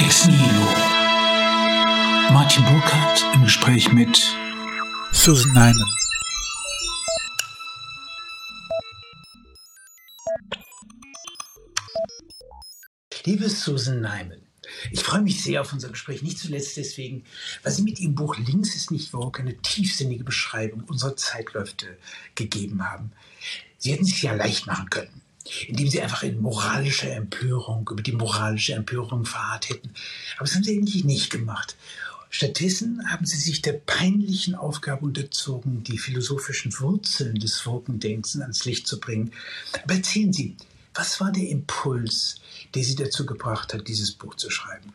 Ex Nihilo. Martin Burkhardt im Gespräch mit Susan Neiman. Liebe Susan Neiman, ich freue mich sehr auf unser Gespräch, nicht zuletzt deswegen, weil Sie mit Ihrem Buch Links ist nicht woke eine tiefsinnige Beschreibung unserer Zeitläufe gegeben haben. Sie hätten es sich ja leicht machen können, indem Sie einfach in moralischer Empörung über die moralische Empörung verharrt hätten. Aber das haben Sie eigentlich nicht gemacht. Stattdessen haben Sie sich der peinlichen Aufgabe unterzogen, die philosophischen Wurzeln des Wokendenkens ans Licht zu bringen. Aber erzählen Sie, was war der Impuls, der Sie dazu gebracht hat, dieses Buch zu schreiben?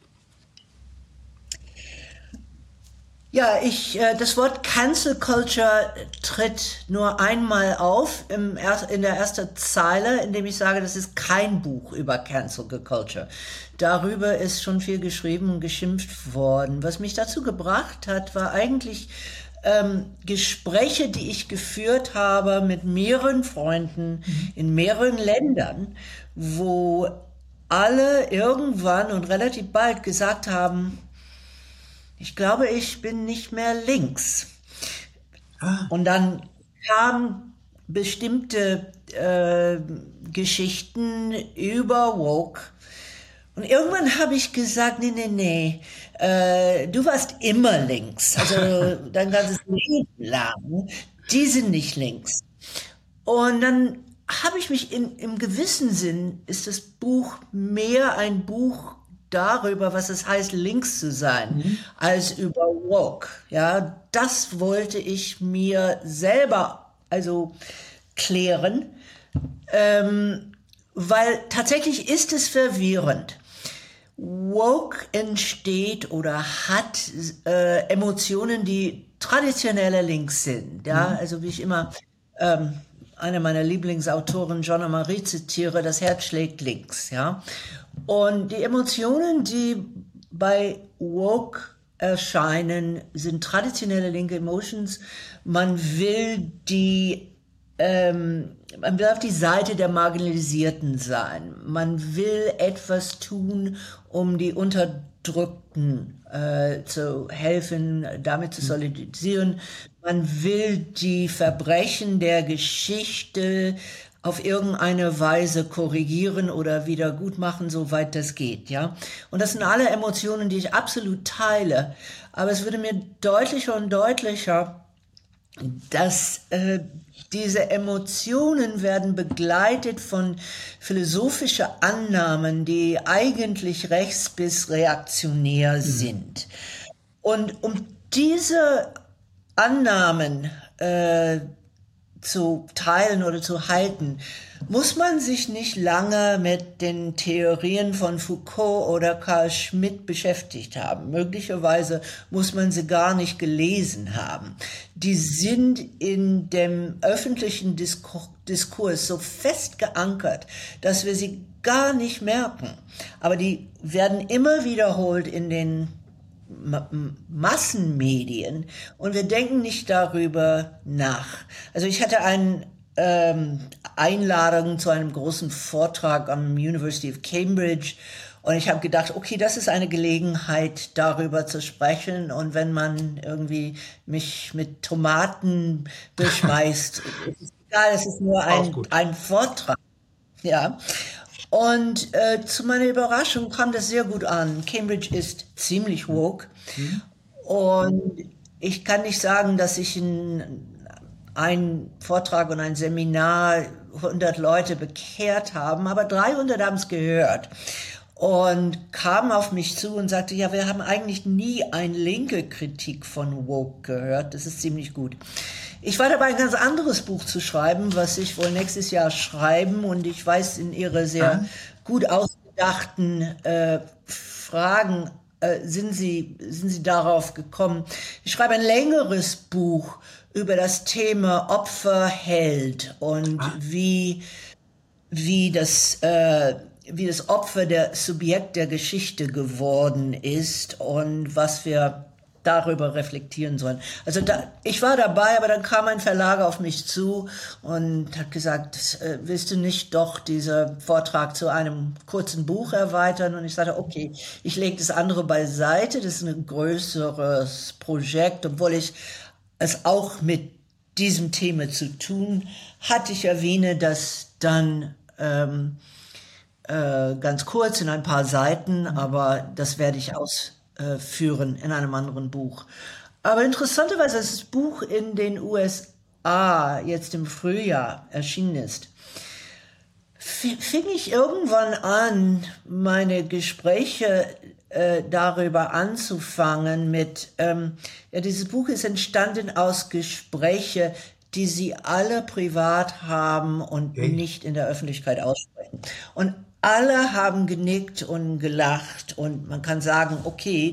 Ja, das Wort Cancel Culture tritt nur einmal auf in der ersten Zeile, indem ich sage, das ist kein Buch über Cancel Culture. Darüber ist schon viel geschrieben und geschimpft worden. Was mich dazu gebracht hat, war eigentlich Gespräche, die ich geführt habe mit mehreren Freunden in mehreren Ländern, wo alle irgendwann und relativ bald gesagt haben, ich glaube, ich bin nicht mehr links. Und dann kamen bestimmte Geschichten über Woke. Und irgendwann habe ich gesagt, nee, du warst immer links. Also dein ganzes Leben lang. Die sind nicht links. Und dann habe ich mich im gewissen Sinn, ist das Buch mehr ein Buch darüber, was es heißt, links zu sein, als über Woke. Ja, das wollte ich mir selber also klären, weil tatsächlich ist es verwirrend. Woke entsteht oder hat Emotionen, die traditionelle links sind. Ja, also wie ich immer eine meiner Lieblingsautoren, Jonna Marie, zitiere, das Herz schlägt links. Ja. Und die Emotionen, die bei Woke erscheinen, sind traditionelle linke Emotions. Man will auf die Seite der Marginalisierten sein. Man will etwas tun, um die Unterdrückten zu helfen, damit zu solidarisieren. Man will die Verbrechen der Geschichte auf irgendeine Weise korrigieren oder wieder gut machen, soweit das geht, ja. Und das sind alle Emotionen, die ich absolut teile. Aber es würde mir deutlicher und deutlicher, dass diese Emotionen werden begleitet von philosophischen Annahmen, die eigentlich rechts bis reaktionär sind. Und um diese Annahmen zu teilen oder zu halten, muss man sich nicht lange mit den Theorien von Foucault oder Carl Schmitt beschäftigt haben. Möglicherweise muss man sie gar nicht gelesen haben. Die sind in dem öffentlichen Diskurs so fest geankert, dass wir sie gar nicht merken. Aber die werden immer wiederholt in den Massenmedien und wir denken nicht darüber nach. Also ich hatte eine Einladung zu einem großen Vortrag am University of Cambridge und ich habe gedacht, okay, das ist eine Gelegenheit, darüber zu sprechen, und wenn man irgendwie mich mit Tomaten beschmeißt, ist es egal, es ist nur ein Vortrag. Ja. Und zu meiner Überraschung kam das sehr gut an. Cambridge ist ziemlich woke. Und ich kann nicht sagen, dass ich in einen Vortrag und ein Seminar 100 Leute bekehrt haben, aber 300 haben es gehört und kamen auf mich zu und sagte, ja, wir haben eigentlich nie eine linke Kritik von Woke gehört. Das ist ziemlich gut. Ich war dabei, ein ganz anderes Buch zu schreiben, was ich wohl nächstes Jahr schreiben, und ich weiß, in Ihre sehr gut ausgedachten Fragen sind Sie darauf gekommen. Ich schreibe ein längeres Buch über das Thema Opfer, Held und wie das Opfer der Subjekt der Geschichte geworden ist und was wir darüber reflektieren sollen. Also ich war dabei, aber dann kam ein Verlag auf mich zu und hat gesagt, willst du nicht doch diesen Vortrag zu einem kurzen Buch erweitern? Und ich sagte, okay, ich lege das andere beiseite, das ist ein größeres Projekt, obwohl ich es auch mit diesem Thema zu tun hatte. Ich erwähne das dann ganz kurz in ein paar Seiten, aber das werde ich ausführen in einem anderen Buch. Aber interessanterweise, als das Buch in den USA jetzt im Frühjahr erschienen ist, fing ich irgendwann an, meine Gespräche darüber anzufangen mit, ja, dieses Buch ist entstanden aus Gesprächen, die sie alle privat haben und nicht in der Öffentlichkeit aussprechen. Und alle haben genickt und gelacht und man kann sagen, okay,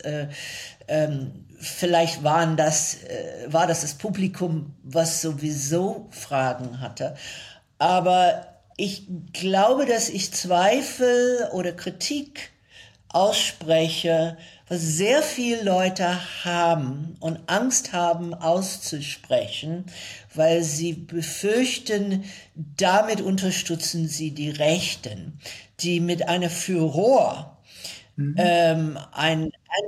vielleicht war das Publikum, was sowieso Fragen hatte. Aber ich glaube, dass ich Zweifel oder Kritik ausspreche, was sehr viele Leute haben und Angst haben auszusprechen, weil sie befürchten, damit unterstützen sie die Rechten, die mit einer Furor eine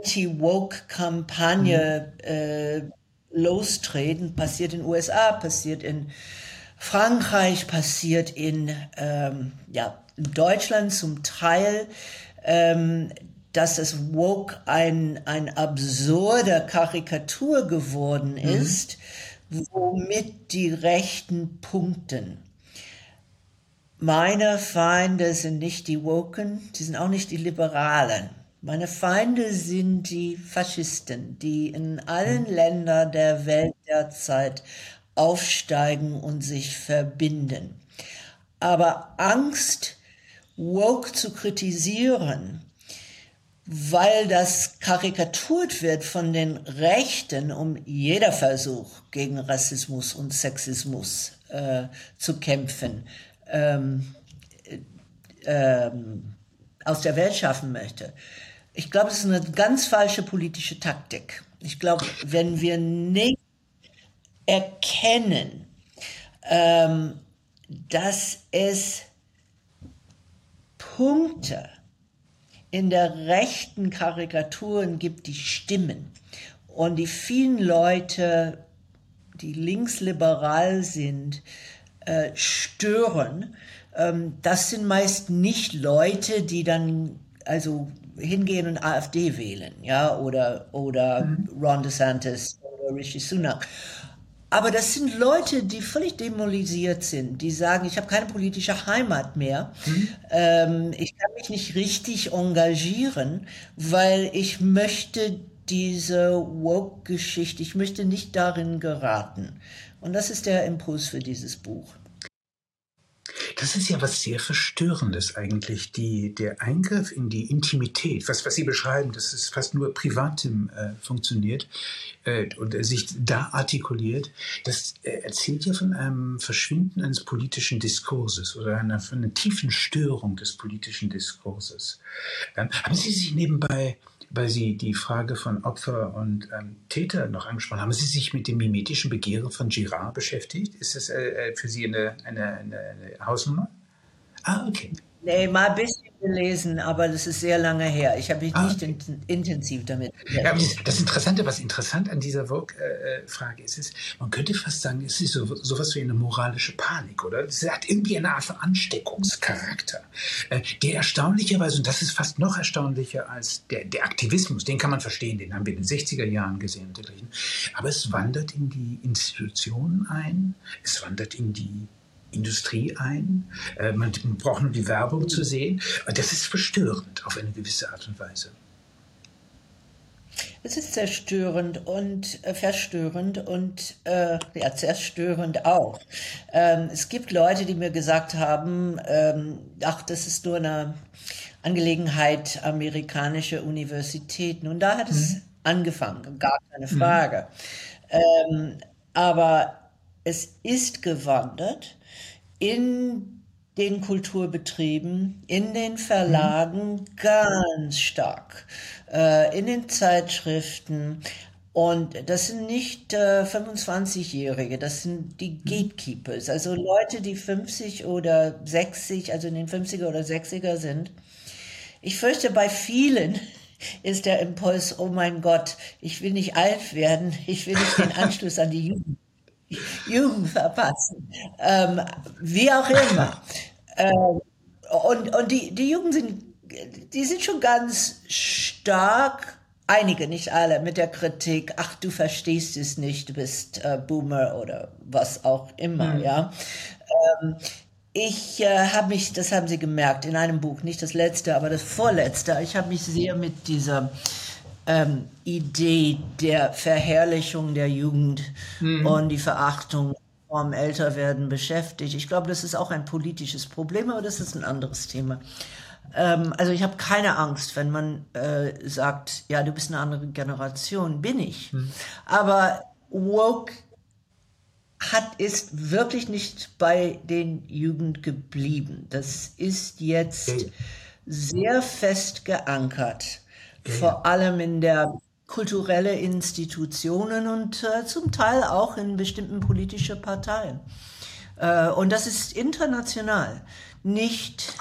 Anti-Woke-Kampagne lostreten. Passiert in den USA, passiert in Frankreich, passiert in Deutschland zum Teil, dass das Woke ein absurder Karikatur geworden ist, womit die Rechten punkten. Meine Feinde sind nicht die Woken, sie sind auch nicht die Liberalen. Meine Feinde sind die Faschisten, die in allen Ländern der Welt derzeit aufsteigen und sich verbinden. Aber Angst, Woke zu kritisieren, weil das karikaturiert wird von den Rechten, um jeder Versuch gegen Rassismus und Sexismus zu kämpfen, aus der Welt schaffen möchte. Ich glaube, das ist eine ganz falsche politische Taktik. Ich glaube, wenn wir nicht erkennen, dass es Punkte in der rechten Karikaturen gibt, die stimmen. Und die vielen Leute, die linksliberal sind, stören. Das sind meist nicht Leute, die dann also hingehen und AfD wählen, ja, oder Ron DeSantis oder Rishi Sunak. Aber das sind Leute, die völlig demoralisiert sind, die sagen, ich habe keine politische Heimat mehr, ich kann mich nicht richtig engagieren, weil ich möchte diese Woke-Geschichte, ich möchte nicht darin geraten. Und das ist der Impuls für dieses Buch. Das ist ja was sehr Verstörendes eigentlich, der Eingriff in die Intimität, was Sie beschreiben, dass es fast nur privatem funktioniert und sich da artikuliert, das erzählt ja von einem Verschwinden eines politischen Diskurses oder von einer tiefen Störung des politischen Diskurses. Haben Sie sich nebenbei, weil Sie die Frage von Opfer und Täter noch angesprochen haben, Sie sich mit dem mimetischen Begehren von Girard beschäftigt? Ist das für Sie eine Hausnummer? Ah, okay. Nee, mal ein bisschen gelesen, aber das ist sehr lange her. Ich habe mich nicht intensiv damit beschäftigt. Ja, das Interessante, was interessant an dieser Vogue-Frage ist, man könnte fast sagen, es ist sowas wie eine moralische Panik, oder? Es hat irgendwie eine Art von Ansteckungscharakter, der erstaunlicherweise, und das ist fast noch erstaunlicher als der Aktivismus, den kann man verstehen, den haben wir in den 60er Jahren gesehen und dergleichen, aber es wandert in die Institutionen ein, es wandert in die Industrie ein. Man braucht nur die Werbung zu sehen. Das ist verstörend auf eine gewisse Art und Weise. Es ist zerstörend und verstörend und zerstörend auch. Es gibt Leute, die mir gesagt haben, das ist nur eine Angelegenheit amerikanischer Universitäten. Und da hat es angefangen, gar keine Frage. Aber es ist gewandert in den Kulturbetrieben, in den Verlagen ganz stark, in den Zeitschriften. Und das sind nicht 25-Jährige, das sind die Gatekeepers, also Leute, die 50 oder 60, also in den 50er oder 60er sind. Ich fürchte, bei vielen ist der Impuls, oh mein Gott, ich will nicht alt werden, ich will nicht den Anschluss an die Jugend verpassen. Wie auch immer. Und die Jugend die sind schon ganz stark, einige, nicht alle, mit der Kritik, ach, du verstehst es nicht, du bist Boomer oder was auch immer, ja. Ich habe mich, das haben Sie gemerkt, in einem Buch, nicht das letzte, aber das vorletzte, ich habe mich sehr mit dieser Idee der Verherrlichung der Jugend und die Verachtung vorm Älterwerden beschäftigt. Ich glaube, das ist auch ein politisches Problem, aber das ist ein anderes Thema. Also ich habe keine Angst, wenn man sagt, ja, du bist eine andere Generation, bin ich. Aber woke ist wirklich nicht bei den Jugend geblieben. Das ist jetzt sehr fest geankert, vor allem in der kulturelle Institutionen und zum Teil auch in bestimmten politischen Parteien. Und das ist international. Nicht,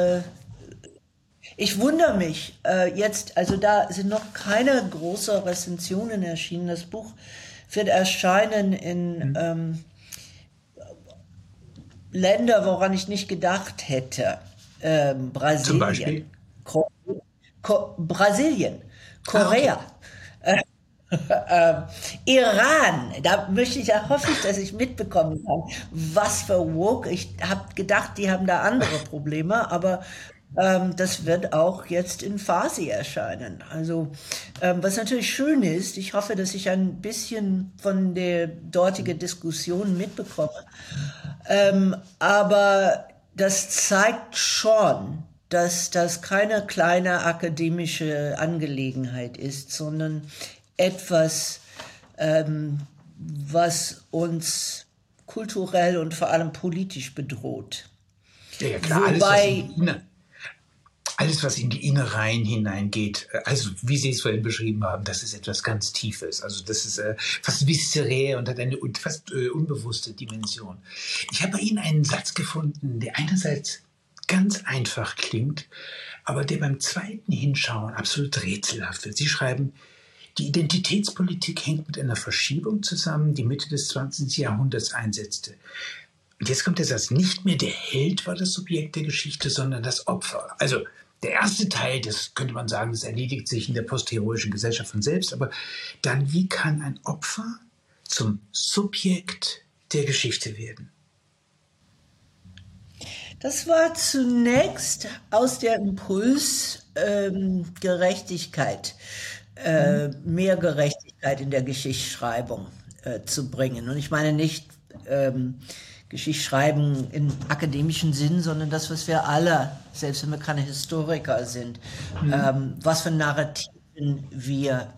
ich wundere mich jetzt, also da sind noch keine großen Rezensionen erschienen. Das Buch wird erscheinen in Länder, woran ich nicht gedacht hätte. Brasilien. Zum Beispiel? Brasilien, Korea. Iran, da hoffe ich, dass ich mitbekommen kann, was für woke. Ich habe gedacht, die haben da andere Probleme, aber das wird auch jetzt in Farsi erscheinen. Also, was natürlich schön ist, ich hoffe, dass ich ein bisschen von der dortigen Diskussion mitbekomme. Aber das zeigt schon, dass das keine kleine akademische Angelegenheit ist, sondern etwas, was uns kulturell und vor allem politisch bedroht. Ja, klar, alles, was in die Innereien hineingeht, also wie Sie es vorhin beschrieben haben, das ist etwas ganz Tiefes. Also das ist fast viszerär und hat eine fast unbewusste Dimension. Ich habe bei Ihnen einen Satz gefunden, der einerseits ganz einfach klingt, aber der beim zweiten Hinschauen absolut rätselhaft wird. Sie schreiben, die Identitätspolitik hängt mit einer Verschiebung zusammen, die Mitte des 20. Jahrhunderts einsetzte. Und jetzt kommt der Satz, nicht mehr der Held war das Subjekt der Geschichte, sondern das Opfer. Also der erste Teil, das könnte man sagen, das erledigt sich in der postheroischen Gesellschaft von selbst. Aber dann, wie kann ein Opfer zum Subjekt der Geschichte werden? Das war zunächst aus der Impuls Gerechtigkeit, mehr Gerechtigkeit in der Geschichtsschreibung zu bringen. Und ich meine nicht Geschichtsschreiben im akademischen Sinn, sondern das, was wir alle, selbst wenn wir keine Historiker sind, was für Narrativen wir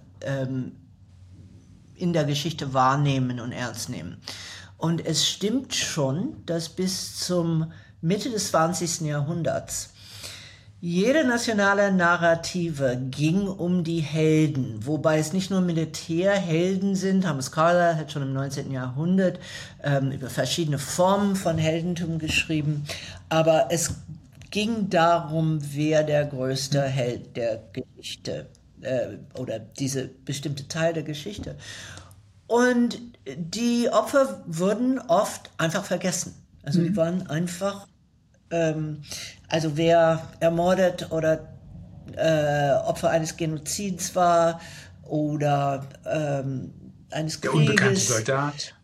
in der Geschichte wahrnehmen und ernst nehmen. Und es stimmt schon, dass bis zum Mitte des 20. Jahrhunderts jede nationale Narrative ging um die Helden, wobei es nicht nur Militärhelden sind. Thomas Carlyle hat schon im 19. Jahrhundert über verschiedene Formen von Heldentum geschrieben, aber es ging darum, wer der größte Held der Geschichte oder diese bestimmte Teil der Geschichte. Und die Opfer wurden oft einfach vergessen. Also die waren einfach also wer ermordet oder Opfer eines Genozids war oder eines Krieges. Der unbekannte Soldat.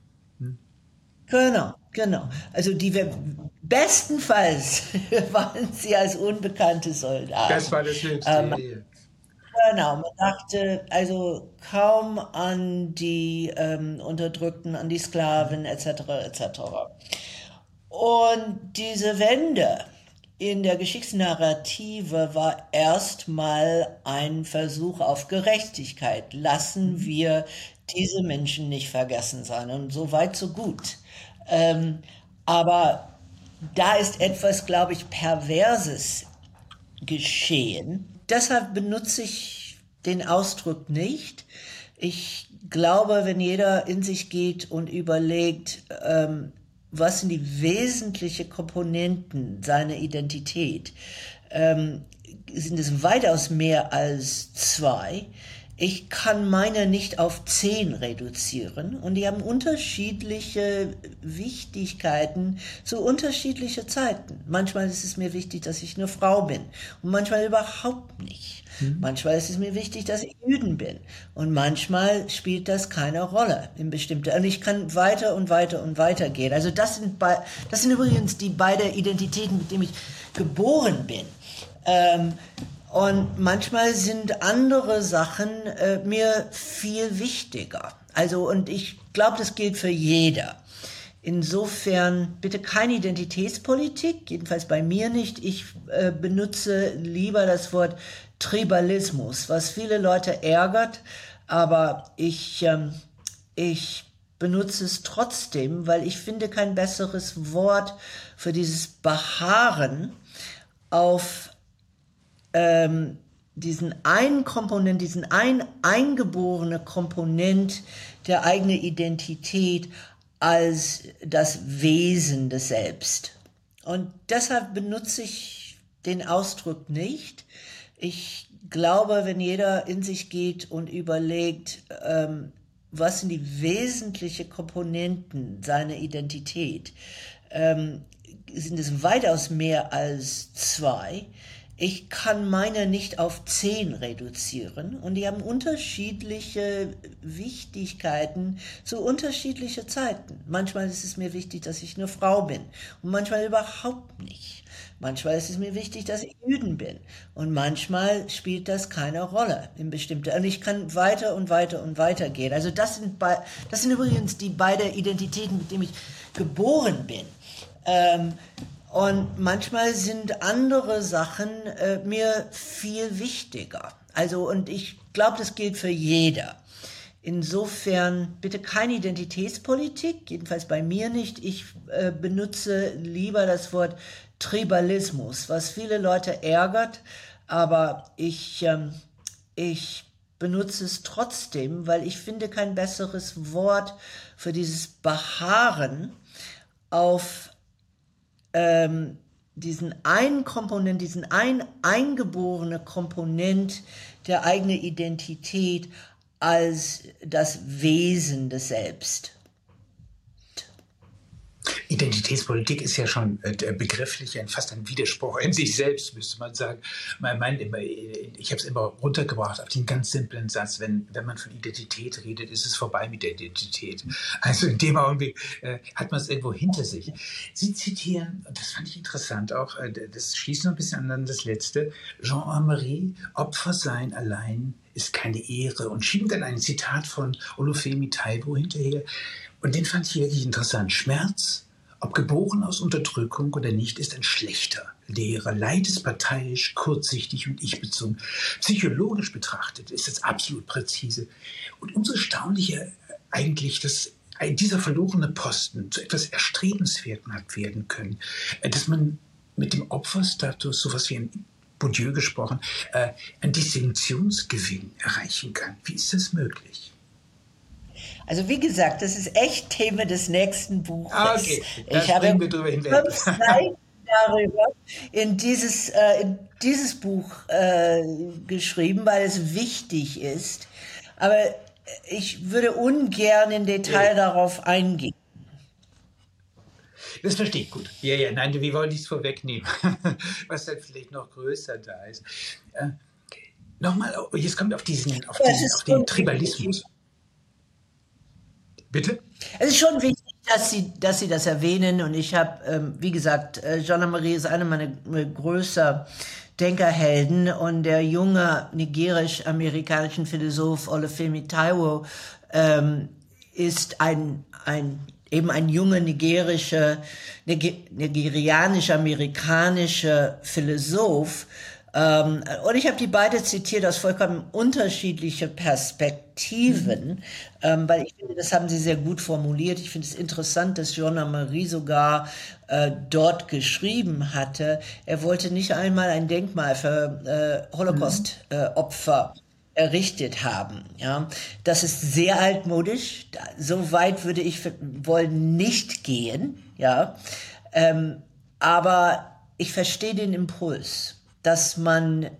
Genau. Also bestenfalls waren sie als unbekannte Soldaten. Das war das Höchste. Genau, man dachte also kaum an die Unterdrückten, an die Sklaven etc. etc. Und diese Wende in der Geschichtsnarrative war erstmal ein Versuch auf Gerechtigkeit. Lassen wir diese Menschen nicht vergessen sein. Und so weit, so gut. Aber da ist etwas, glaube ich, Perverses geschehen. Deshalb benutze ich den Ausdruck nicht. Ich glaube, wenn jeder in sich geht und überlegt, was sind die wesentlichen Komponenten seiner Identität, sind es weitaus mehr als 2. Ich kann meine nicht auf 10 reduzieren und die haben unterschiedliche Wichtigkeiten zu unterschiedlichen Zeiten. Manchmal ist es mir wichtig, dass ich eine Frau bin und manchmal überhaupt nicht. Manchmal ist es mir wichtig, dass ich Jüdin bin und manchmal spielt das keine Rolle in bestimmte. Und ich kann weiter und weiter und weiter gehen. Also das sind übrigens die beiden Identitäten, mit denen ich geboren bin. Und manchmal sind andere Sachen mir viel wichtiger. Also, und ich glaube, das gilt für jeder. Insofern bitte keine Identitätspolitik, jedenfalls bei mir nicht. Ich benutze lieber das Wort Tribalismus, was viele Leute ärgert, aber ich benutze es trotzdem, weil ich finde kein besseres Wort für dieses Beharren auf diesen einen Komponent, diesen eingeborene Komponent der eigenen Identität als das Wesen des Selbst. Und deshalb benutze ich den Ausdruck nicht. Ich glaube, wenn jeder in sich geht und überlegt, was sind die wesentlichen Komponenten seiner Identität, sind es weitaus mehr als 2. Ich kann meine nicht auf 10 reduzieren und die haben unterschiedliche Wichtigkeiten zu unterschiedlichen Zeiten. Manchmal ist es mir wichtig, dass ich eine Frau bin und manchmal überhaupt nicht. Manchmal ist es mir wichtig, dass ich Jüdin bin und manchmal spielt das keine Rolle in bestimmte. Und ich kann weiter und weiter und weiter gehen. Also das sind übrigens die beiden Identitäten, mit denen ich geboren bin. Und manchmal sind andere Sachen mir viel wichtiger. Also, und ich glaube, das gilt für jeder. Insofern bitte keine Identitätspolitik, jedenfalls bei mir nicht. Ich benutze lieber das Wort Tribalismus, was viele Leute ärgert, aber ich benutze es trotzdem, weil ich finde kein besseres Wort für dieses Beharren auf diesen einen Komponent, diesen eingeborene Komponent der eigenen Identität als das Wesen des Selbst. Identitätspolitik ist ja schon begrifflich fast ein Widerspruch in sich selbst, müsste man sagen. Ich habe es immer runtergebracht auf den ganz simplen Satz, wenn man von Identität redet, ist es vorbei mit der Identität. Also in dem Augenblick hat man es irgendwo hinter sich. Sie zitieren, und das fand ich interessant auch, das schließt noch ein bisschen an das Letzte, Jean-Henri, Opfer sein allein ist keine Ehre, und schieben dann ein Zitat von Olufemi Taiwo hinterher. Und den fand ich wirklich interessant. Schmerz, ob geboren aus Unterdrückung oder nicht, ist ein schlechter Lehrer. Leid ist parteiisch, kurzsichtig und ich-bezogen. Psychologisch betrachtet ist es absolut präzise. Und umso erstaunlicher eigentlich, dass dieser verlorene Posten zu etwas Erstrebenswertem hat werden können. Dass man mit dem Opferstatus, sowas wie ein Bourdieu gesprochen, einen Distinktionsgewinn erreichen kann. Wie ist das möglich? Also wie gesagt, das ist echt Thema des nächsten Buches. Okay, ich habe 5 Seiten darüber in dieses Buch geschrieben, weil es wichtig ist. Aber ich würde ungern in Detail darauf eingehen. Das verstehe ich gut. Ja, nein, wir wollen nichts vorwegnehmen, was dann vielleicht noch größer da ist. Nochmal, jetzt kommt auf den Tribalismus. Bitte? Es ist schon wichtig, dass Sie das erwähnen. Und ich habe, wie gesagt, Jean-Henri ist einer meiner größten Denkerhelden. Und der junge nigerisch-amerikanische Philosoph Olufemi Taiwo ist eben ein junger nigerianisch-amerikanischer Philosoph, Und ich habe die beide zitiert aus vollkommen unterschiedliche Perspektiven, weil ich finde, das haben sie sehr gut formuliert. Ich finde es interessant, dass Jean-Marie sogar dort geschrieben hatte, er wollte nicht einmal ein Denkmal für Holocaust-Opfer errichtet haben. Ja, das ist sehr altmodisch. So weit würde ich wollen nicht gehen. Ja, aber ich verstehe den Impuls, dass man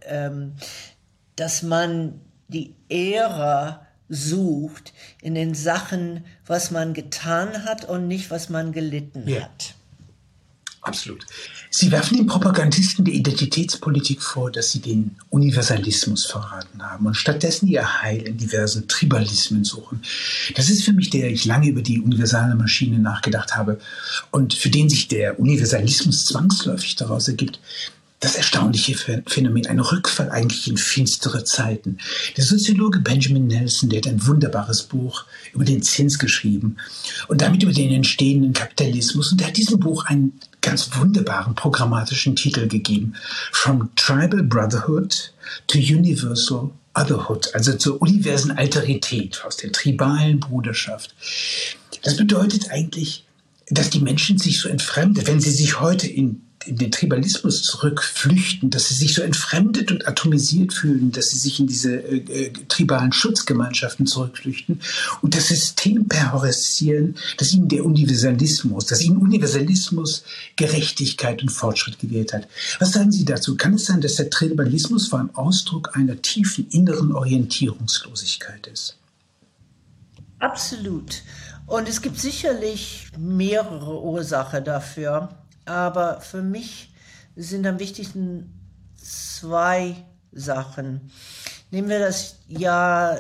die Ehre sucht in den Sachen, was man getan hat und nicht, was man gelitten hat. Absolut. Sie werfen den Propagandisten der Identitätspolitik vor, dass sie den Universalismus verraten haben und stattdessen ihr Heil in diversen Tribalismen suchen. Das ist für mich, der ich lange über die universale Maschine nachgedacht habe und für den sich der Universalismus zwangsläufig daraus ergibt, das erstaunliche Phänomen, ein Rückfall eigentlich in finstere Zeiten. Der Soziologe Benjamin Nelson, der hat ein wunderbares Buch über den Zins geschrieben und damit über den entstehenden Kapitalismus. Und er hat diesem Buch einen ganz wunderbaren programmatischen Titel gegeben. From Tribal Brotherhood to Universal Otherhood, also zur universellen Alterität, aus der tribalen Bruderschaft. Das bedeutet eigentlich, dass die Menschen sich so entfremden, wenn sie sich heute in den Tribalismus zurückflüchten, dass sie sich so entfremdet und atomisiert fühlen, dass sie sich in diese tribalen Schutzgemeinschaften zurückflüchten und das System perhorisieren, dass ihnen Universalismus Gerechtigkeit und Fortschritt gewährt hat. Was sagen Sie dazu? Kann es sein, dass der Tribalismus vor allem Ausdruck einer tiefen inneren Orientierungslosigkeit ist? Absolut. Und es gibt sicherlich mehrere Ursachen dafür. Aber für mich sind am wichtigsten zwei Sachen. Nehmen wir das Jahr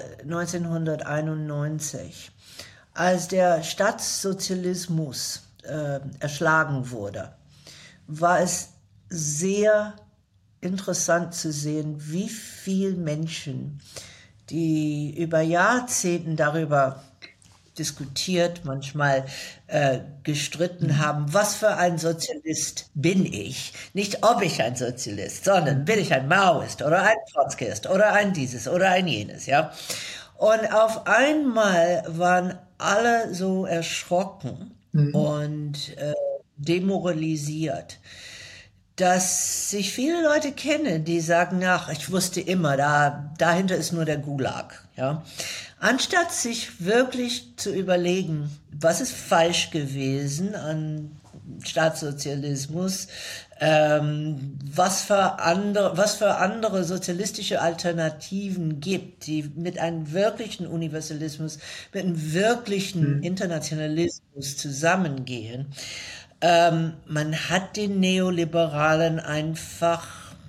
1991, als der Staatssozialismus erschlagen wurde, war es sehr interessant zu sehen, wie viele Menschen, die über Jahrzehnte darüber diskutiert, manchmal gestritten haben, was für ein Sozialist bin ich? Nicht ob ich ein Sozialist, sondern bin ich ein Maoist oder ein Trotzkist oder ein dieses oder ein jenes, ja? Und auf einmal waren alle so erschrocken und demoralisiert, dass sich viele Leute kennen, die sagen, ach, ich wusste immer, dahinter ist nur der Gulag, ja. Anstatt sich wirklich zu überlegen, was ist falsch gewesen an Staatssozialismus, was für andere sozialistische Alternativen gibt, die mit einem wirklichen Universalismus, mit einem wirklichen Internationalismus zusammengehen. Man hat den Neoliberalen einfach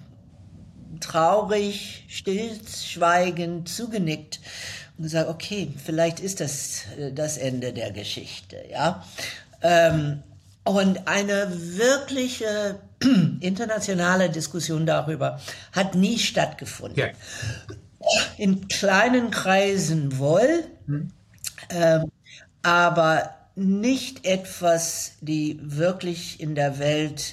traurig, stillschweigend zugenickt und gesagt, okay, vielleicht ist das das Ende der Geschichte, ja. Und eine wirkliche internationale Diskussion darüber hat nie stattgefunden. Ja. In kleinen Kreisen wohl, aber nicht etwas, die wirklich in der Welt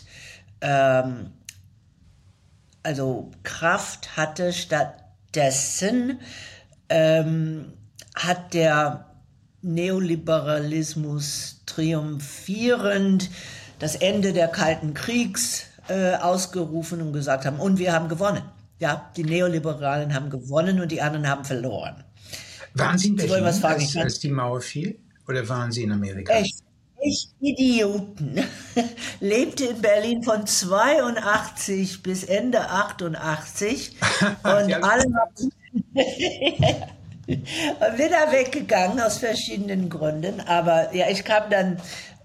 also Kraft hatte. Stattdessen hat der Neoliberalismus triumphierend das Ende der Kalten Kriegs ausgerufen und gesagt haben, und wir haben gewonnen. Ja, die Neoliberalen haben gewonnen und die anderen haben verloren. Waren Sie in Berlin, als die Mauer fiel? Oder waren Sie in Amerika? Echt Idioten. Lebte in Berlin von 82 bis Ende 88 und alle haben bin da weggegangen aus verschiedenen Gründen, aber ja, ich kam dann,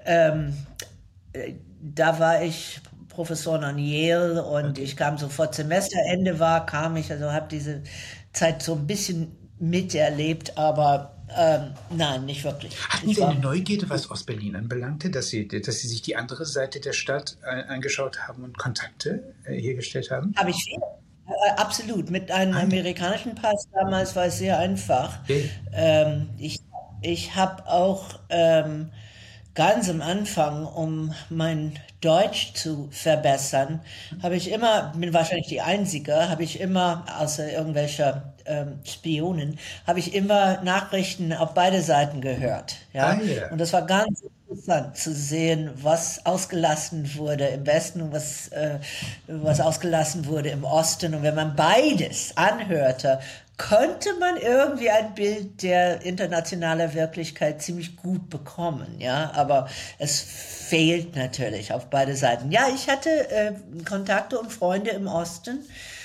da war ich Professor an Yale und ich kam sofort, Semesterende kam ich, also habe diese Zeit so ein bisschen miterlebt, aber nein, nicht wirklich. Hatten Sie eine Neugierde, was Ostberlin anbelangte, dass Sie sich die andere Seite der Stadt angeschaut haben und Kontakte hergestellt haben? Habe ich viel. Absolut. Mit einem amerikanischen Pass damals war es sehr einfach. Okay. Ich habe auch ganz am Anfang, um mein Deutsch zu verbessern, bin wahrscheinlich die Einzige, habe ich immer, außer irgendwelcher Spionen, habe ich immer Nachrichten auf beide Seiten gehört. Ah Ja? ja. Und das war ganz interessant zu sehen, was ausgelassen wurde im Westen und was ausgelassen wurde im Osten. Und wenn man beides anhörte, konnte man irgendwie ein Bild der internationalen Wirklichkeit ziemlich gut bekommen, ja, aber es fehlt natürlich auf beide Seiten. Ja, ich hatte Kontakte und Freunde im Osten,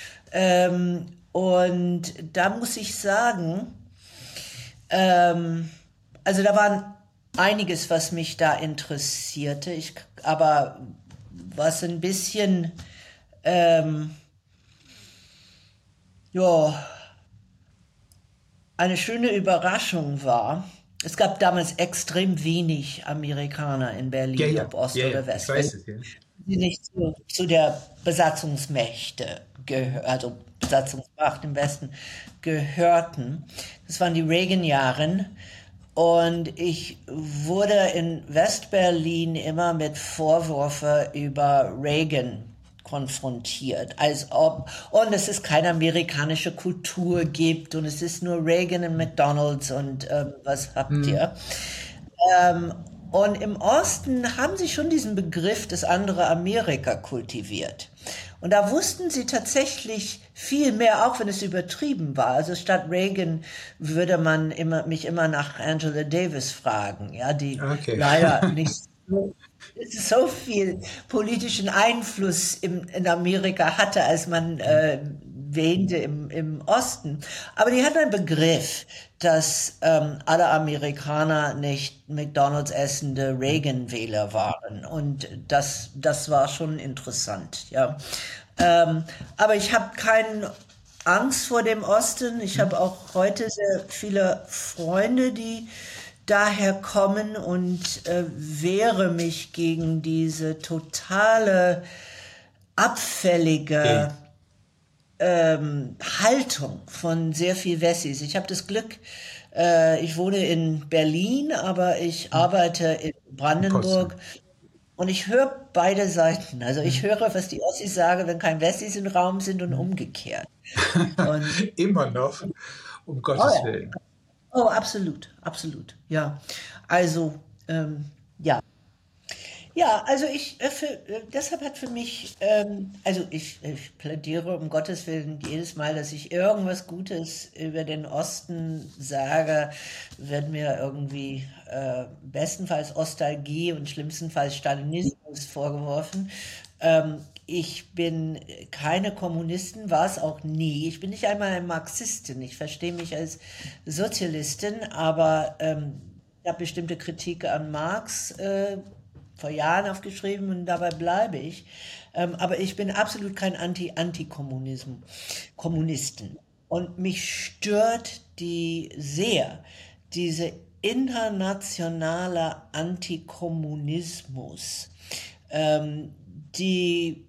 und da muss ich sagen, ähm, also da war einiges, was mich da interessierte, aber was ein bisschen, ähm, ja, eine schöne Überraschung war, es gab damals extrem wenig Amerikaner in Ja, Berlin, ja, ob Ost ja, ja, oder ich West, weil weiß es, ja. sie nicht zu der Besatzungsmächte, also Besatzungsmacht im Westen gehörten. Das waren die Reagan-Jahren. Und ich wurde in Westberlin immer mit Vorwürfen über Reagan konfrontiert, als ob, und es ist keine amerikanische Kultur gibt und es ist nur Reagan und McDonald's und was habt Hm. ihr? Ähm, und im Osten haben sie schon diesen Begriff des andere Amerika kultiviert. Und da wussten sie tatsächlich viel mehr, auch wenn es übertrieben war. Also statt Reagan würde man mich immer nach Angela Davis fragen, ja, die Okay. leider nicht so viel politischen Einfluss in Amerika hatte, als man wähnte im Osten. Aber die hatten einen Begriff, dass alle Amerikaner nicht McDonald's essende Reagan-Wähler waren. Und das war schon interessant, ja. Aber ich habe keine Angst vor dem Osten. Ich habe auch heute sehr viele Freunde, die daher kommen und wehre mich gegen diese totale Ja, ja. abfällige Haltung von sehr viel Wessis. Ich habe das Glück, ich wohne in Berlin, aber ich Hm. arbeite in In Brandenburg Potsdam. und ich höre beide Seiten. Also ich Hm. höre, was die Ossis sagen, wenn kein Wessis im Raum sind und Hm. umgekehrt. Und Immer noch, um oh Gottes ja, Willen. oh, absolut, absolut, ja. Also, ja. Ja, also deshalb hat für mich, also ich plädiere um Gottes Willen jedes Mal, dass ich irgendwas Gutes über den Osten sage, wird mir irgendwie bestenfalls Ostalgie und schlimmstenfalls Stalinismus vorgeworfen. Ich bin keine Kommunistin, war es auch nie. Ich bin nicht einmal eine Marxistin. Ich verstehe mich als Sozialistin, aber ich habe bestimmte Kritik an Marx vor Jahren aufgeschrieben und dabei bleibe ich. Aber ich bin absolut kein Kommunisten. Und mich stört diese internationale Antikommunismus, die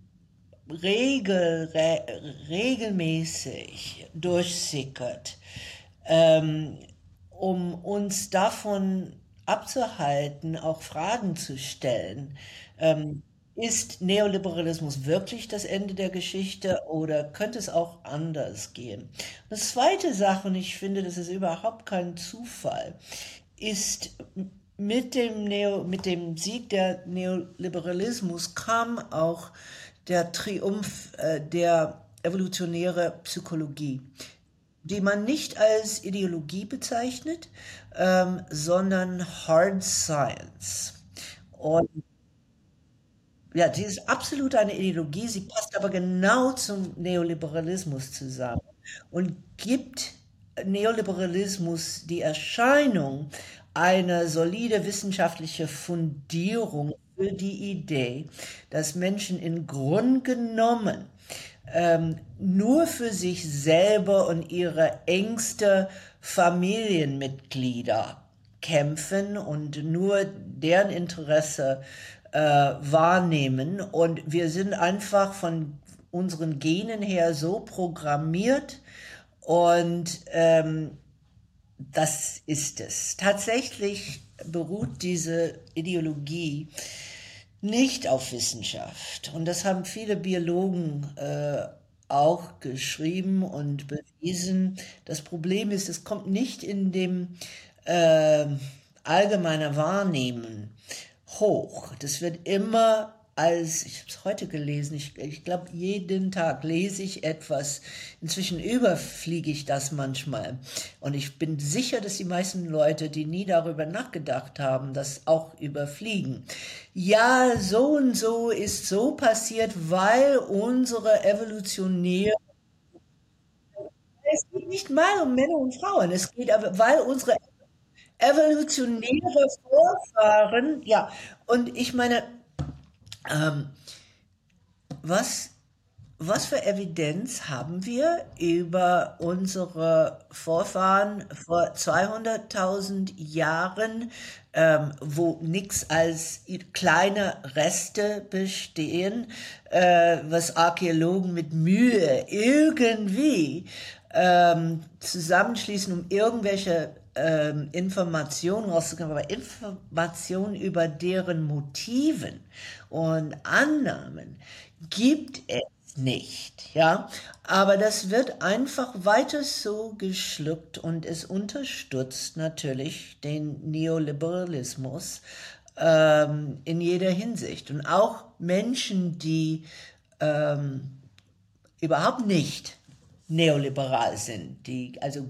regelmäßig durchsickert, ähm, um uns davon abzuhalten, auch Fragen zu stellen. Ähm, Ist Neoliberalismus wirklich das Ende der Geschichte oder könnte es auch anders gehen? Eine zweite Sache, und ich finde, das ist überhaupt kein Zufall, ist mit dem Sieg der Neoliberalismus kam auch der Triumph der evolutionären Psychologie, die man nicht als Ideologie bezeichnet, sondern Hard Science. Und ja, sie ist absolut eine Ideologie, sie passt aber genau zum Neoliberalismus zusammen und gibt Neoliberalismus die Erscheinung eine solide wissenschaftliche Fundierung für die Idee, dass Menschen in Grund genommen nur für sich selber und ihre engste Familienmitglieder kämpfen und nur deren Interesse wahrnehmen. Und wir sind einfach von unseren Genen her so programmiert und das ist es. Tatsächlich beruht diese Ideologie nicht auf Wissenschaft. Und das haben viele Biologen auch geschrieben und bewiesen. Das Problem ist, es kommt nicht in dem äh, allgemeiner Wahrnehmen hoch. Das wird immer als, ich habe es heute gelesen, ich glaube, jeden Tag lese ich etwas. Inzwischen überfliege ich das manchmal. Und ich bin sicher, dass die meisten Leute, die nie darüber nachgedacht haben, das auch überfliegen. Ja, so und so ist so passiert, weil unsere evolutionäre, es geht nicht mal um Männer und Frauen, es geht aber, weil unsere evolutionäre Vorfahren, ja, und ich meine, ähm, was, was für Evidenz haben wir über unsere Vorfahren vor 200.000 Jahren, wo nichts als kleine Reste bestehen, was Archäologen mit Mühe irgendwie zusammenschließen, um irgendwelche Informationen rauszukriegen, aber Informationen über deren Motiven und Annahmen gibt es nicht, ja. Aber das wird einfach weiter so geschluckt und es unterstützt natürlich den Neoliberalismus in jeder Hinsicht. Und auch Menschen, die überhaupt nicht neoliberal sind, die also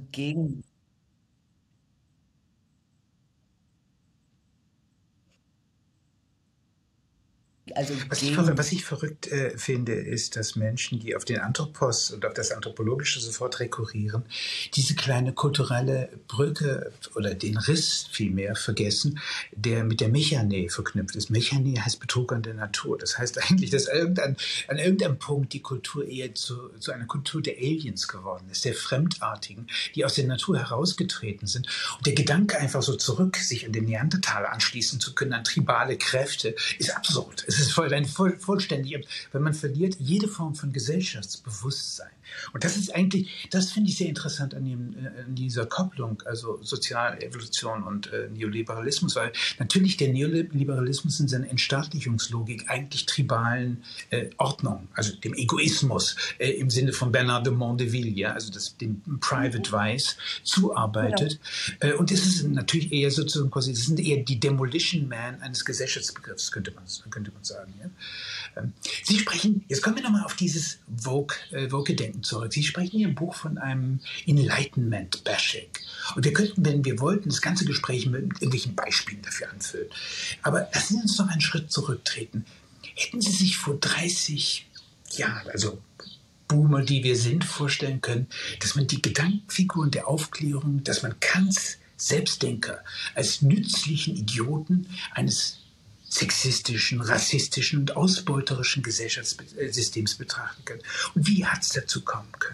gegen Was ich verrückt finde, ist, dass Menschen, die auf den Anthropos und auf das Anthropologische sofort rekurrieren, diese kleine kulturelle Brücke oder den Riss vielmehr vergessen, der mit der Mechane verknüpft ist. Mechane heißt Betrug an der Natur. Das heißt eigentlich, dass an irgendeinem Punkt die Kultur eher zu einer Kultur der Aliens geworden ist, der Fremdartigen, die aus der Natur herausgetreten sind. Und der Gedanke einfach so zurück, sich an den Neandertaler anschließen zu können, an tribale Kräfte, ist absurd. Es ist vollständig, weil man verliert jede Form von Gesellschaftsbewusstsein. Und das ist eigentlich, das finde ich sehr interessant an dieser Kopplung, also Sozialevolution und Neoliberalismus, weil natürlich der Neoliberalismus in seiner Entstaatlichungslogik eigentlich tribalen Ordnung, also dem Egoismus im Sinne von Bernard de Mondeville, ja, also dem Private Vice zuarbeitet. genau. Und es ist natürlich eher sozusagen quasi, es sind eher die Demolition Man eines Gesellschaftsbegriffs, könnte man sagen. Ja? Sie sprechen, jetzt kommen wir nochmal auf dieses Woke-Denken zurück. Sie sprechen in Ihrem Buch von einem Enlightenment-Bashing. Und wir könnten, wenn wir wollten, das ganze Gespräch mit irgendwelchen Beispielen dafür anfüllen. Aber lassen Sie uns noch einen Schritt zurücktreten. Hätten Sie sich vor 30 Jahren, also Boomer, die wir sind, vorstellen können, dass man die Gedankenfiguren der Aufklärung, dass man Kants Selbstdenker als nützlichen Idioten eines sexistischen, rassistischen und ausbeuterischen Gesellschaftssystems betrachten können. Und wie hat es dazu kommen können?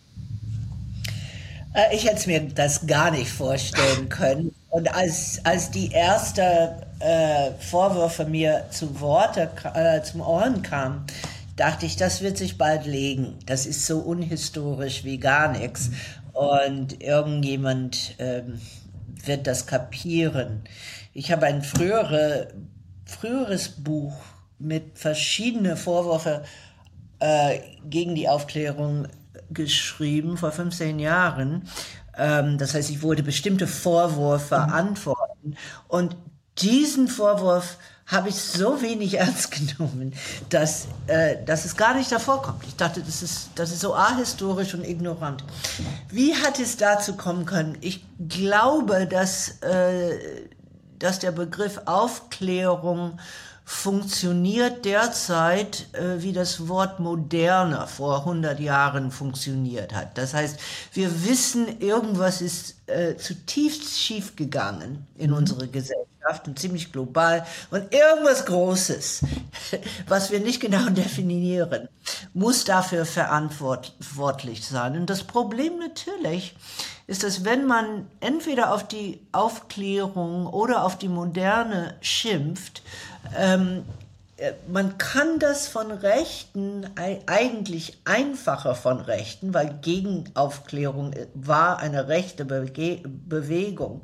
Ich hätte es mir das gar nicht vorstellen können. Und als die ersten Vorwürfe mir zum Ohren kamen, dachte ich, das wird sich bald legen. Das ist so unhistorisch wie gar nichts. Und irgendjemand wird das kapieren. Ich habe ein früheres Buch mit verschiedenen Vorwürfen gegen die Aufklärung geschrieben, vor 15 Jahren. Das heißt, ich wollte bestimmte Vorwürfe antworten. Und diesen Vorwurf habe ich so wenig ernst genommen, dass es gar nicht davor kommt. Ich dachte, das ist so ahistorisch und ignorant. Wie hat es dazu kommen können? Ich glaube, dass der Begriff Aufklärung funktioniert derzeit, wie das Wort Moderne vor 100 Jahren funktioniert hat. Das heißt, wir wissen, irgendwas ist zutiefst schiefgegangen in unserer Gesellschaft und ziemlich global und irgendwas Großes, was wir nicht genau definieren, muss dafür verantwortlich sein. Und das Problem natürlich ist, dass wenn man entweder auf die Aufklärung oder auf die Moderne schimpft, man kann das von Rechten, eigentlich einfacher von Rechten, weil Gegenaufklärung war eine rechte Bewegung.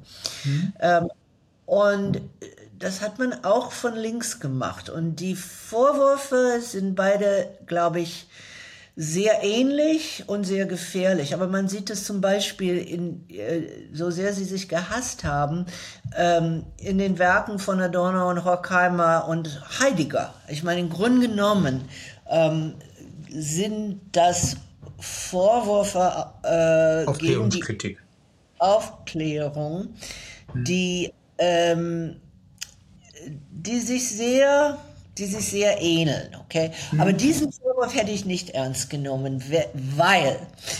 Und das hat man auch von links gemacht. Und die Vorwürfe sind beide, glaube ich, sehr ähnlich und sehr gefährlich. Aber man sieht es zum Beispiel, so sehr sie sich gehasst haben, in den Werken von Adorno und Horkheimer und Heidegger. Ich meine, im Grunde genommen sind das Vorwürfe gegen die Aufklärung, die sich sehr ähneln, okay? Aber diesen Vorwurf hätte ich nicht ernst genommen, weil,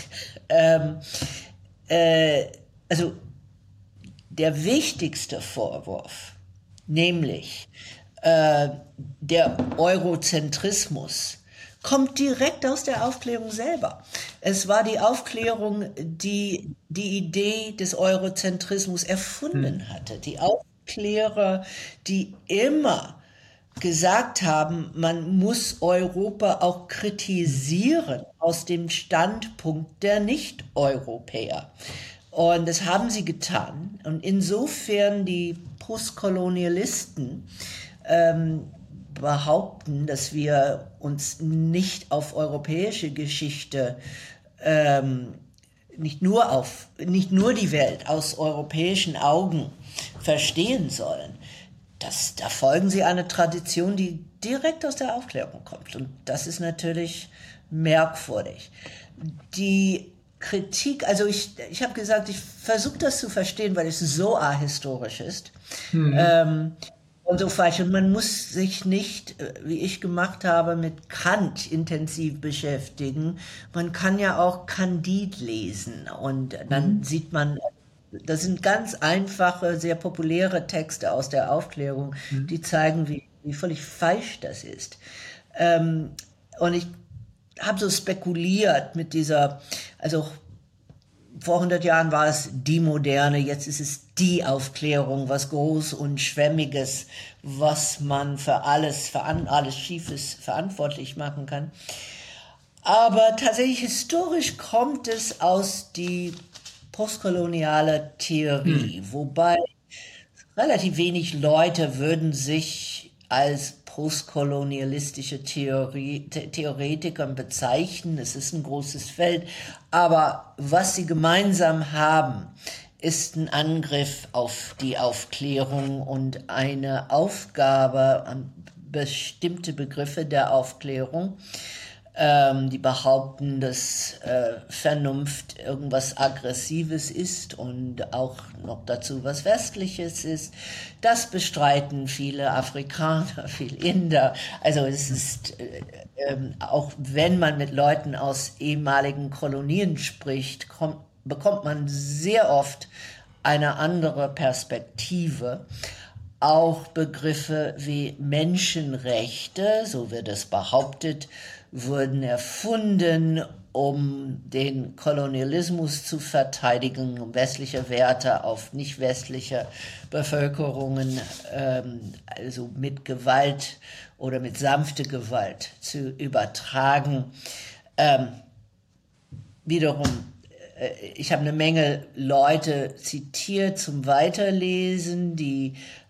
also der wichtigste Vorwurf, nämlich der Eurozentrismus, kommt direkt aus der Aufklärung selber. Es war die Aufklärung, die die Idee des Eurozentrismus erfunden hatte. Die Aufklärer, die immer gesagt haben, man muss Europa auch kritisieren aus dem Standpunkt der Nicht-Europäer. Und das haben sie getan. Und insofern die Postkolonialisten behaupten, dass wir uns nicht auf europäische Geschichte, nicht nur die Welt aus europäischen Augen verstehen sollen. Da folgen sie einer Tradition, die direkt aus der Aufklärung kommt. Und das ist natürlich merkwürdig. Die Kritik, also ich habe gesagt, ich versuche das zu verstehen, weil es so ahistorisch ist. Und so falsch. Und man muss sich nicht, wie ich gemacht habe, mit Kant intensiv beschäftigen. Man kann ja auch Candide lesen und dann sieht man, das sind ganz einfache, sehr populäre Texte aus der Aufklärung, die zeigen, wie völlig falsch das ist. Und ich habe so spekuliert mit dieser, also vor 100 Jahren war es die Moderne, jetzt ist es die Aufklärung, was Groß und Schwämmiges, was man für alles Schiefes verantwortlich machen kann. Aber tatsächlich historisch kommt es aus die postkoloniale Theorie, wobei relativ wenig Leute würden sich als postkolonialistische Theoretiker bezeichnen. Es ist ein großes Feld, aber was sie gemeinsam haben, ist ein Angriff auf die Aufklärung und eine Aufgabe an bestimmte Begriffe der Aufklärung. Die behaupten, dass Vernunft irgendwas Aggressives ist und auch noch dazu was Westliches ist. Das bestreiten viele Afrikaner, viele Inder. Also es ist, auch wenn man mit Leuten aus ehemaligen Kolonien spricht, bekommt man sehr oft eine andere Perspektive. Auch Begriffe wie Menschenrechte, so wird es behauptet, wurden erfunden, um den Kolonialismus zu verteidigen, um westliche Werte auf nicht westliche Bevölkerungen, also mit Gewalt oder mit sanfter Gewalt zu übertragen. Wiederum, ich habe eine Menge Leute zitiert zum Weiterlesen, die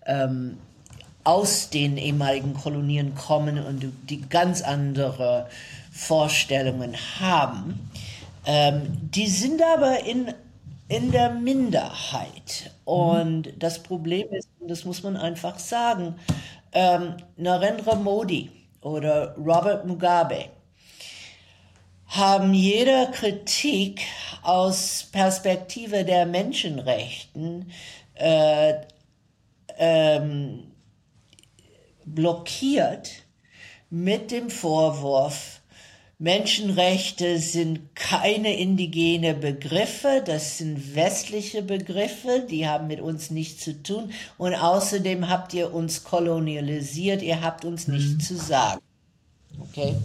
aus den ehemaligen Kolonien kommen und die ganz andere Vorstellungen haben. Die sind aber in der Minderheit. Und das Problem ist, und das muss man einfach sagen, Narendra Modi oder Robert Mugabe haben jede Kritik aus Perspektive der Menschenrechten blockiert mit dem Vorwurf, Menschenrechte sind keine indigene Begriffe, das sind westliche Begriffe, die haben mit uns nichts zu tun und außerdem habt ihr uns kolonialisiert, ihr habt uns nichts zu sagen. Okay?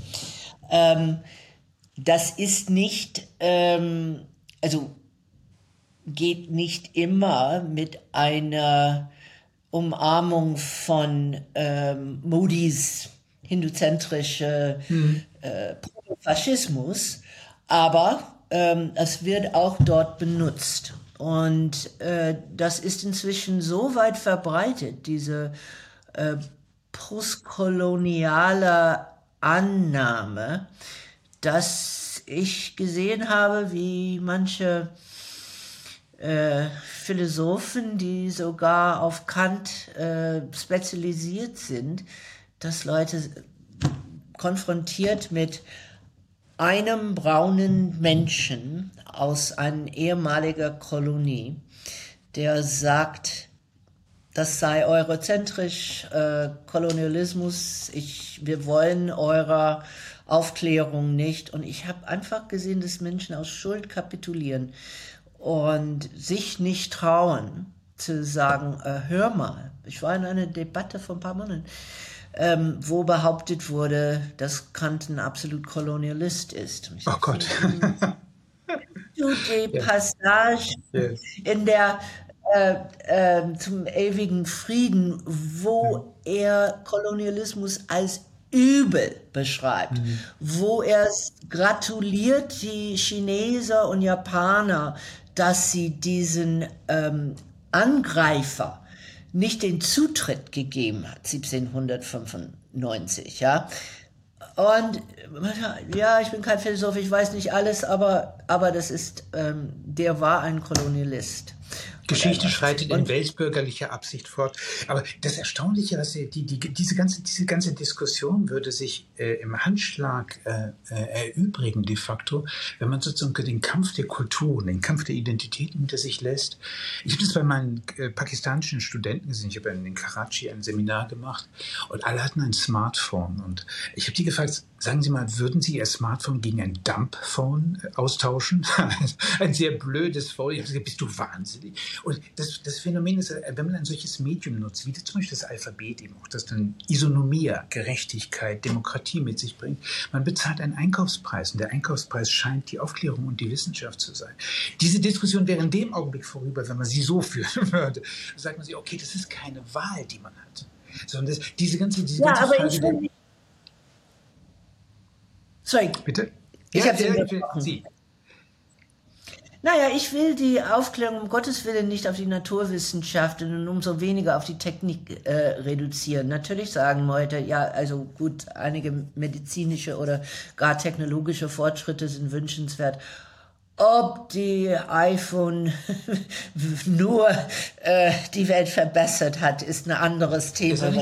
Das ist nicht, also geht nicht immer mit einer Umarmung von Modis hinduzentrische Faschismus, aber es wird auch dort benutzt. Und das ist inzwischen so weit verbreitet, diese postkoloniale Annahme, dass ich gesehen habe, wie manche Philosophen, die sogar auf Kant spezialisiert sind, dass Leute konfrontiert mit einem braunen Menschen aus einer ehemaligen Kolonie, der sagt, das sei eurozentrisch, Kolonialismus, wir wollen eurer Aufklärung nicht. Und ich habe einfach gesehen, dass Menschen aus Schuld kapitulieren und sich nicht trauen zu sagen, hör mal, ich war in einer Debatte vor ein paar Monaten, wo behauptet wurde, dass Kant ein absolut Kolonialist ist. Und ich Oh Gott. die Passage in der zum ewigen Frieden, wo er Kolonialismus als Übel beschreibt, wo er gratuliert die Chineser und Japaner, dass sie diesen Angreifer nicht den Zutritt gegeben hat, 1795, ja. Und ja, ich bin kein Philosoph, ich weiß nicht alles, aber das ist, der war ein Kolonialist. Geschichte schreitet in weltbürgerlicher Absicht fort. Aber das Erstaunliche, dass diese ganze Diskussion würde sich im Handschlag erübrigen de facto, wenn man sozusagen den Kampf der Kulturen, den Kampf der Identitäten hinter sich lässt. Ich habe das bei meinen pakistanischen Studenten gesehen. Ich habe in Karachi ein Seminar gemacht und alle hatten ein Smartphone. Und ich habe die gefragt, sagen Sie mal, würden Sie Ihr Smartphone gegen ein Dumbphone austauschen? Ein sehr blödes Phone. Ich habe gesagt, bist du wahnsinnig? Und das Phänomen ist, wenn man ein solches Medium nutzt, wie zum Beispiel das Alphabet eben auch, das dann Isonomie, Gerechtigkeit, Demokratie mit sich bringt, man bezahlt einen Einkaufspreis und der Einkaufspreis scheint die Aufklärung und die Wissenschaft zu sein. Diese Diskussion wäre in dem Augenblick vorüber, wenn man sie so führen würde. Da sagt man sich, okay, das ist keine Wahl, die man hat. Sondern diese ganze aber Frage... ich will... Sorry. Bitte? Ich habe Sie. Naja, ich will die Aufklärung um Gottes Willen nicht auf die Naturwissenschaften und umso weniger auf die Technik reduzieren. Natürlich sagen Leute, ja, also gut, einige medizinische oder gar technologische Fortschritte sind wünschenswert. Ob die iPhone nur die Welt verbessert hat, ist ein anderes Thema,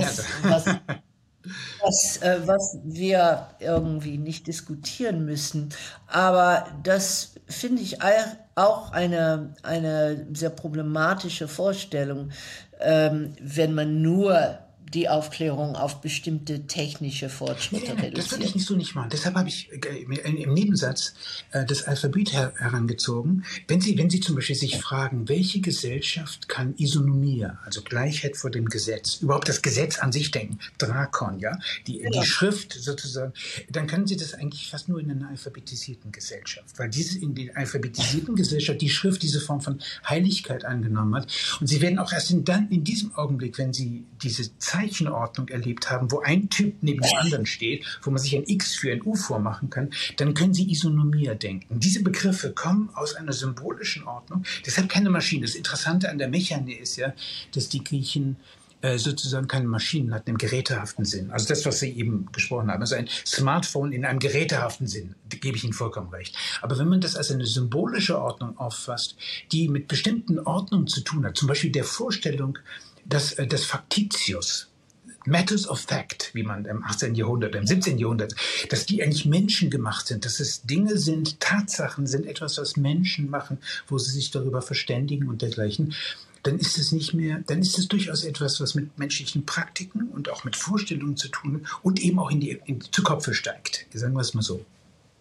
was wir irgendwie nicht diskutieren müssen. Aber das finde ich auch eine sehr problematische Vorstellung, wenn man nur die Aufklärung auf bestimmte technische Fortschritte reduziert. Das würde ich nicht machen. Deshalb habe ich im Nebensatz das Alphabet herangezogen. Wenn Sie zum Beispiel sich fragen, welche Gesellschaft kann Isonomie, also Gleichheit vor dem Gesetz, überhaupt das Gesetz an sich denken, Drakon, ja, die Schrift sozusagen, dann können Sie das eigentlich fast nur in einer alphabetisierten Gesellschaft, weil in der alphabetisierten Gesellschaft die Schrift diese Form von Heiligkeit angenommen hat. Und Sie werden auch erst in diesem Augenblick, wenn Sie diese Zeichenordnung erlebt haben, wo ein Typ neben dem anderen steht, wo man sich ein X für ein U vormachen kann, dann können Sie Isonomia denken. Diese Begriffe kommen aus einer symbolischen Ordnung, deshalb keine Maschine. Das Interessante an der Mechane ist ja, dass die Griechen sozusagen keine Maschinen hatten im gerätehaften Sinn. Also das, was Sie eben gesprochen haben. Also ein Smartphone in einem gerätehaften Sinn, da gebe ich Ihnen vollkommen recht. Aber wenn man das als eine symbolische Ordnung auffasst, die mit bestimmten Ordnungen zu tun hat, zum Beispiel der Vorstellung, dass das Factitius, Matters of Fact, wie man im 18. Jahrhundert, im 17. Jahrhundert, dass die eigentlich menschengemacht sind, dass es Dinge sind, Tatsachen sind, etwas, was Menschen machen, wo sie sich darüber verständigen und dergleichen, dann ist es nicht mehr, dann ist es durchaus etwas, was mit menschlichen Praktiken und auch mit Vorstellungen zu tun hat und eben auch zu Kopfe steigt. Sagen wir es mal so.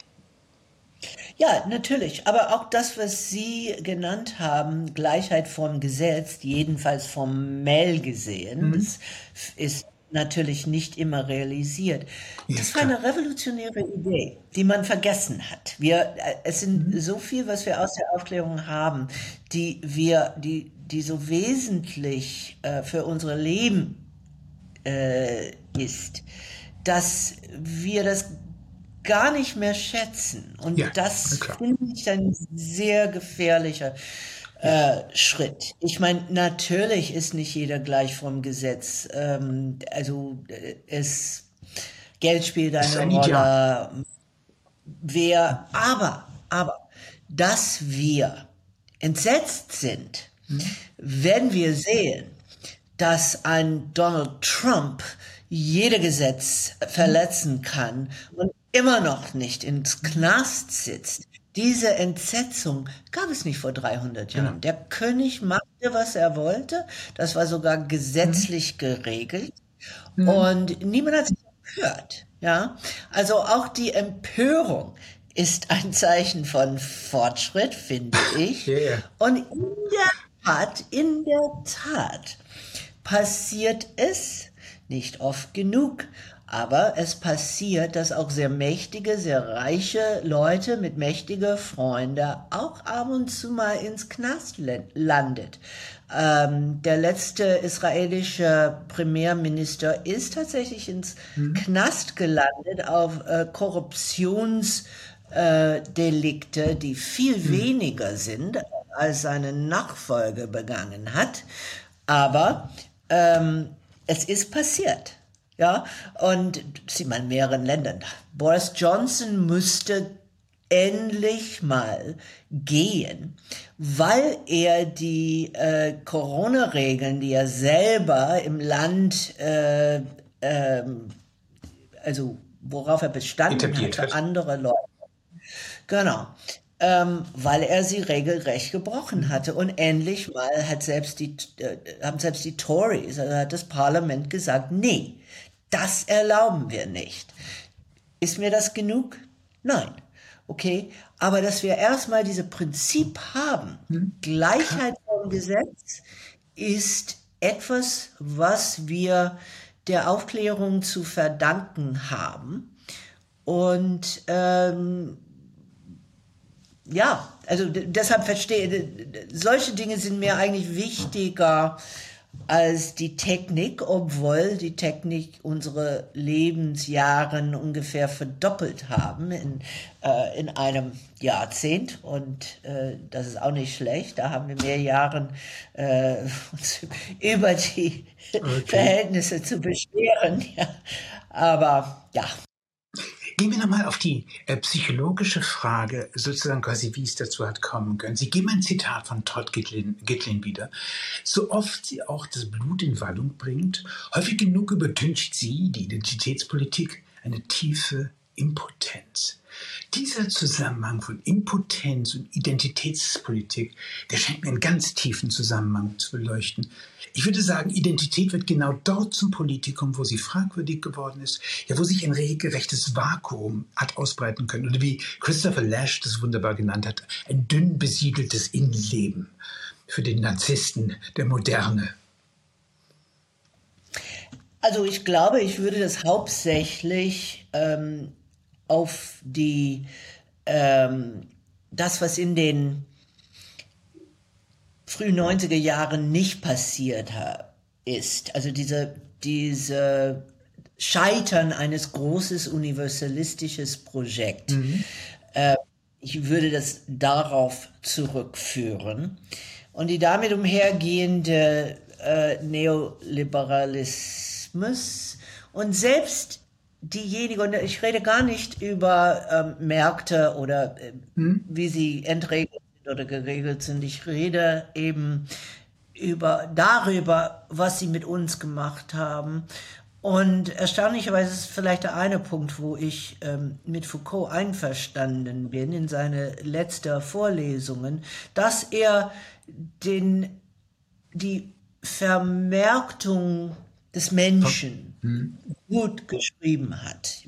Ja, natürlich. Aber auch das, was Sie genannt haben, Gleichheit vom Gesetz, jedenfalls formell gesehen, das ist natürlich nicht immer realisiert. Das war eine revolutionäre Idee, die man vergessen hat. Es sind so viel, was wir aus der Aufklärung haben, die so wesentlich für unser Leben ist, dass wir das gar nicht mehr schätzen. Und Ja, das klar. finde ich ein sehr gefährlicher Schritt. Ich meine, natürlich ist nicht jeder gleich vom Gesetz. Geld spielt Das ist eine ein Ideal. Rolle. Aber, dass wir entsetzt sind, wenn wir sehen, dass ein Donald Trump jede Gesetz verletzen kann und immer noch nicht ins Knast sitzt. Diese Entsetzung gab es nicht vor 300 Genau. Jahren. Der König machte, was er wollte. Das war sogar gesetzlich geregelt. Und niemand hat sich empört. Ja? Also auch die Empörung ist ein Zeichen von Fortschritt, finde ich. Ja, ja. Und in der Tat passiert es, nicht oft genug, aber es passiert, dass auch sehr mächtige, sehr reiche Leute mit mächtigen Freunden auch ab und zu mal ins Knast landet. Der letzte israelische Premierminister ist tatsächlich ins Knast gelandet auf Korruptionsdelikte, die viel weniger sind, als seine Nachfolger begangen hat. Aber es ist passiert. Ja, und sieht man in mehreren Ländern. Boris Johnson müsste endlich mal gehen, weil er die Corona-Regeln, die er selber im Land, also worauf er bestanden Etabliert hatte, hat. andere Leute. Genau. Weil er sie regelrecht gebrochen hatte. Und endlich mal haben selbst die Tories, also hat das Parlament gesagt, nee, das erlauben wir nicht. Ist mir das genug? Nein. Okay, aber dass wir erstmal dieses Prinzip haben, Gleichheit vom Gesetz, ist etwas, was wir der Aufklärung zu verdanken haben. Und ja, also deshalb solche Dinge sind mir eigentlich wichtiger als die Technik, obwohl die Technik unsere Lebensjahren ungefähr verdoppelt haben in einem Jahrzehnt, und das ist auch nicht schlecht. Da haben wir mehr Jahre uns über die Verhältnisse zu beschweren. Ja. Aber ja. Gehen wir nochmal auf die psychologische Frage, sozusagen quasi, wie es dazu hat kommen können. Sie geben ein Zitat von Todd Gitlin wieder. So oft sie auch das Blut in Wallung bringt, häufig genug übertüncht sie, die Identitätspolitik, eine tiefe Impotenz. Dieser Zusammenhang von Impotenz und Identitätspolitik, der scheint mir einen ganz tiefen Zusammenhang zu beleuchten. Ich würde sagen, Identität wird genau dort zum Politikum, wo sie fragwürdig geworden ist, ja, wo sich ein regelrechtes Vakuum hat ausbreiten können. Oder wie Christopher Lasch das wunderbar genannt hat, ein dünn besiedeltes Innenleben für den Narzissten der Moderne. Also ich glaube, ich würde das hauptsächlich auf das, was in den frühen 90er Jahren nicht passiert ist. Also diese Scheitern eines großen universalistisches Projekts. Ich würde das darauf zurückführen. Und die damit umhergehende Neoliberalismus und selbst diejenigen, und ich rede gar nicht über Märkte oder wie sie entregelt oder geregelt sind. Ich rede eben darüber, was sie mit uns gemacht haben. Und erstaunlicherweise ist vielleicht der eine Punkt, wo ich mit Foucault einverstanden bin in seine letzten Vorlesungen, dass er die Vermarktung des Menschen gut beschrieben hat.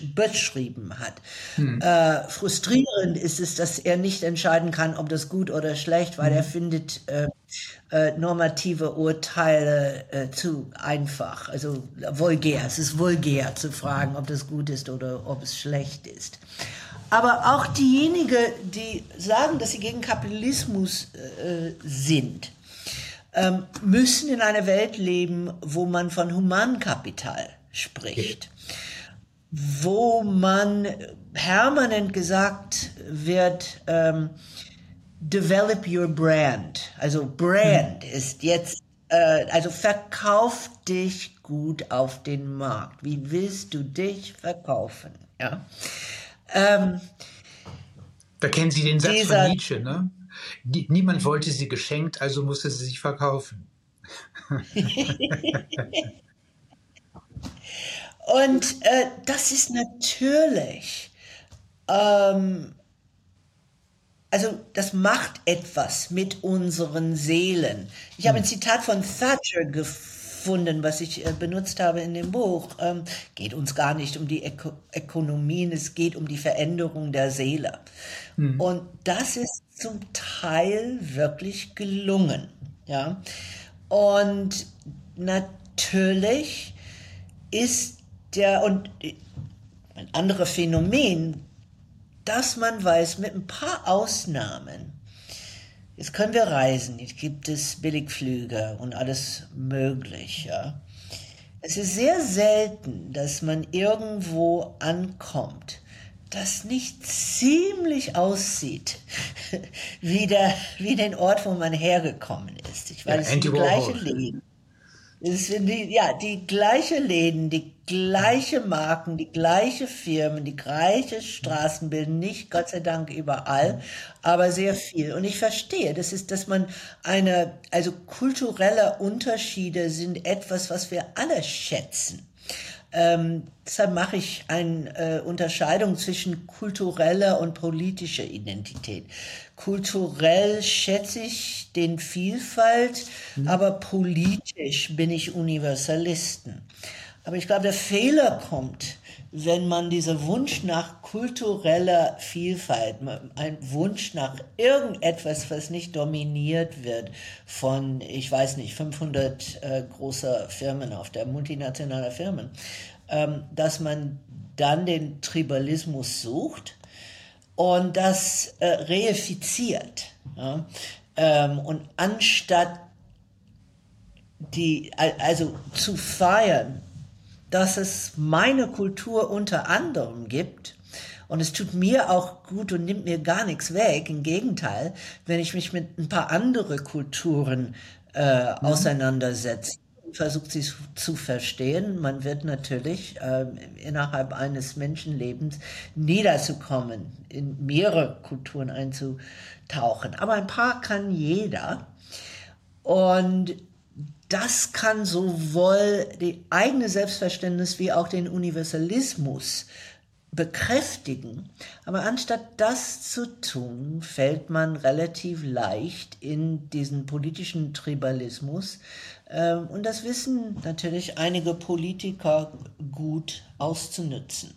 Frustrierend ist es, dass er nicht entscheiden kann, ob das gut oder schlecht, weil er findet normative Urteile zu einfach, also vulgär. Es ist vulgär zu fragen, ob das gut ist oder ob es schlecht ist. Aber auch diejenigen, die sagen, dass sie gegen Kapitalismus sind, müssen in einer Welt leben, wo man von Humankapital spricht. wo man permanent gesagt wird, develop your brand. Also Brand ist jetzt, also verkauf dich gut auf den Markt. Wie willst du dich verkaufen? Ja. Da kennen Sie den Satz von Nietzsche, ne? Niemand wollte sie geschenkt, also musste sie sich verkaufen. Und das ist natürlich, also das macht etwas mit unseren Seelen. Ich habe ein Zitat von Thatcher gefunden, was ich benutzt habe in dem Buch. Geht uns gar nicht um die Ökonomien, es geht um die Veränderung der Seele. Und das ist zum Teil wirklich gelungen. Ja? Und natürlich ist und ein anderes Phänomen, dass man weiß, mit ein paar Ausnahmen, jetzt können wir reisen, jetzt gibt es Billigflüge und alles mögliche. Ja. Es ist sehr selten, dass man irgendwo ankommt, das nicht ziemlich aussieht wie den Ort, wo man hergekommen ist. Ich weiß, es sind die gleichen Läden. Es sind die gleiche Läden, die gleiche Marken, die gleiche Firmen, die gleiche Straßenbilder, nicht Gott sei Dank überall, aber sehr viel. Und ich verstehe, dass man also kulturelle Unterschiede sind etwas, was wir alle schätzen. Deshalb mache ich eine Unterscheidung zwischen kultureller und politischer Identität. Kulturell schätze ich den Vielfalt, aber politisch bin ich Universalisten. Aber ich glaube, der Fehler kommt, wenn man diesen Wunsch nach kultureller Vielfalt, ein Wunsch nach irgendetwas, was nicht dominiert wird von, ich weiß nicht, 500 großer Firmen multinationaler Firmen, dass man dann den Tribalismus sucht und das reifiziert. Ja? Und anstatt also zu feiern, dass es meine Kultur unter anderem gibt, und es tut mir auch gut und nimmt mir gar nichts weg, im Gegenteil, wenn ich mich mit ein paar anderen Kulturen auseinandersetze, versucht sie zu verstehen. Man wird natürlich innerhalb eines Menschenlebens niederzukommen, in mehrere Kulturen einzutauchen. Aber ein paar kann jeder. Und das kann sowohl die eigene Selbstverständnis wie auch den Universalismus bekräftigen. Aber anstatt das zu tun, fällt man relativ leicht in diesen politischen Tribalismus. Und das wissen natürlich einige Politiker gut auszunützen.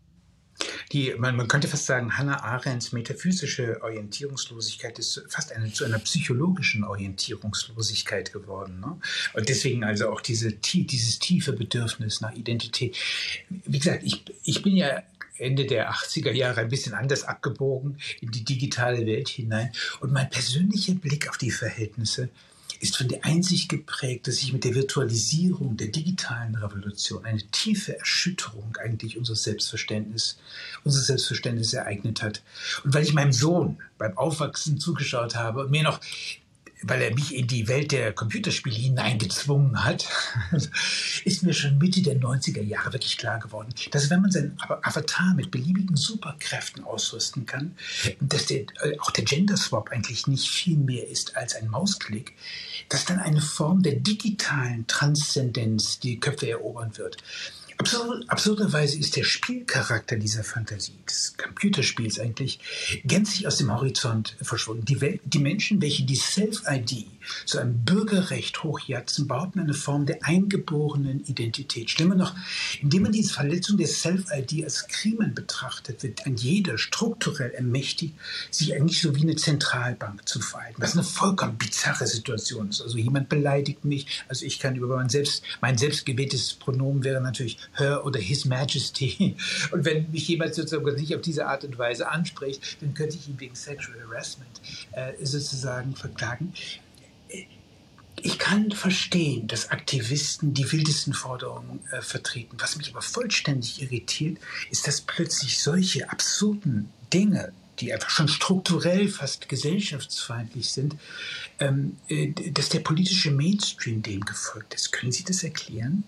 Man könnte fast sagen, Hannah Arendts metaphysische Orientierungslosigkeit ist fast zu einer psychologischen Orientierungslosigkeit geworden. Ne? Und deswegen also auch dieses tiefe Bedürfnis nach Identität. Wie gesagt, ich bin ja Ende der 80er Jahre ein bisschen anders abgebogen in die digitale Welt hinein. Und mein persönlicher Blick auf die Verhältnisse ist von der Einsicht geprägt, dass sich mit der Virtualisierung der digitalen Revolution eine tiefe Erschütterung eigentlich unseres Selbstverständnisses ereignet hat. Und weil ich meinem Sohn beim Aufwachsen zugeschaut habe und mir noch, weil er mich in die Welt der Computerspiele hineingezwungen hat, ist mir schon Mitte der 90er Jahre wirklich klar geworden, dass wenn man seinen Avatar mit beliebigen Superkräften ausrüsten kann, dass auch der Gender Swap eigentlich nicht viel mehr ist als ein Mausklick, dass dann eine Form der digitalen Transzendenz die Köpfe erobern wird. Absurderweise ist der Spielcharakter dieser Fantasie, des Computerspiels eigentlich, gänzlich aus dem Horizont verschwunden. Die Menschen, welche die Self-ID zu einem Bürgerrecht hochjatzen, behaupten eine Form der eingeborenen Identität. Schlimmer noch, indem man diese Verletzung der Self-ID als Krimen betrachtet, wird ein jeder strukturell ermächtigt, sich eigentlich so wie eine Zentralbank zu verhalten. Was eine vollkommen bizarre Situation ist. Also jemand beleidigt mich, also ich kann über mein selbstgewähltes Pronomen wäre natürlich Her oder His Majesty. Und wenn mich jemand sozusagen nicht auf diese Art und Weise anspricht, dann könnte ich ihn wegen Sexual Harassment sozusagen verklagen. ich kann verstehen, dass Aktivisten die wildesten Forderungen vertreten. Was mich aber vollständig irritiert, ist, dass plötzlich solche absurden Dinge, die einfach schon strukturell fast gesellschaftsfeindlich sind, dass der politische Mainstream dem gefolgt ist. Können Sie das erklären?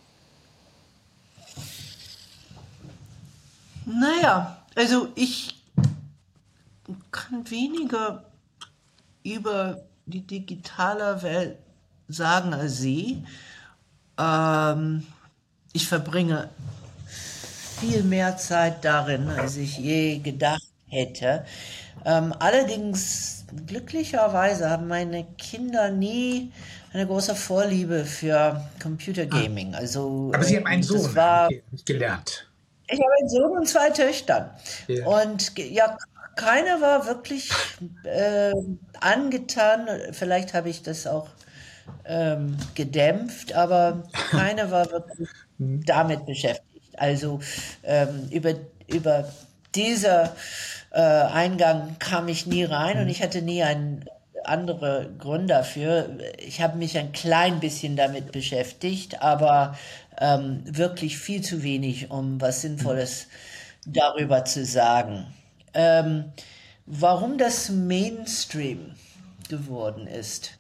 Naja, also ich kann weniger über die digitale Welt sagen als Sie. Ich verbringe viel mehr Zeit darin, als ich je gedacht hätte. Allerdings, glücklicherweise haben meine Kinder nie eine große Vorliebe für Computergaming. Also, Aber Sie haben einen Sohn, das war, okay, hab ich gelernt. ich habe einen Sohn und zwei Töchtern. Ja. Und ja, keiner war wirklich angetan. Vielleicht habe ich das auch gedämpft, aber keiner war wirklich damit beschäftigt. Also über dieser Eingang kam ich nie rein und ich hatte nie einen anderen Grund dafür. Ich habe mich ein klein bisschen damit beschäftigt, aber wirklich viel zu wenig, um was Sinnvolles darüber zu sagen. Warum das Mainstream geworden ist.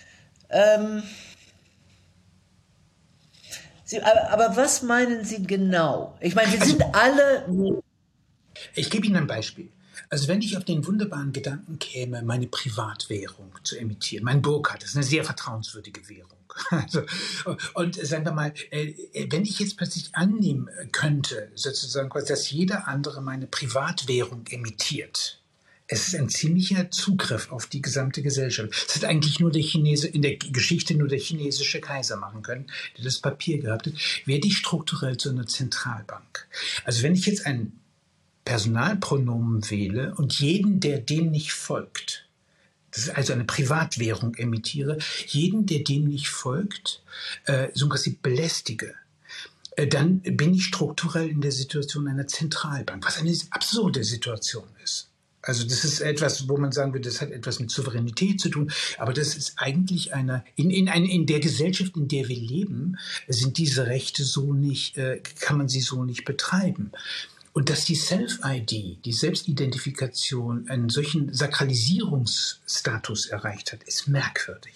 Aber was meinen Sie genau? Ich meine, wir sind alle. Ich gebe Ihnen ein Beispiel. Also wenn ich auf den wunderbaren Gedanken käme, meine Privatwährung zu emittieren, mein Burkhardt, das ist eine sehr vertrauenswürdige Währung. Also, und sagen wir mal, wenn ich jetzt plötzlich annehmen könnte, sozusagen, dass jeder andere meine Privatwährung emittiert, es ist ein ziemlicher Zugriff auf die gesamte Gesellschaft. Das hat eigentlich nur der Chinese, in der Geschichte nur der chinesische Kaiser machen können, der das Papier gehabt hat, werde ich strukturell zu einer Zentralbank. Also wenn ich jetzt ein Personalpronomen wähle und jeden, der dem nicht folgt, das ist also eine Privatwährung emittiere, jeden, der dem nicht folgt, so quasi belästige, dann bin ich strukturell in der Situation einer Zentralbank, was eine absurde Situation ist. Also das ist etwas, wo man sagen würde, das hat etwas mit Souveränität zu tun, aber das ist eigentlich in der Gesellschaft, in der wir leben, sind diese Rechte so nicht, kann man sie so nicht betreiben. Und dass die Self-ID, die Selbstidentifikation, einen solchen Sakralisierungsstatus erreicht hat, ist merkwürdig.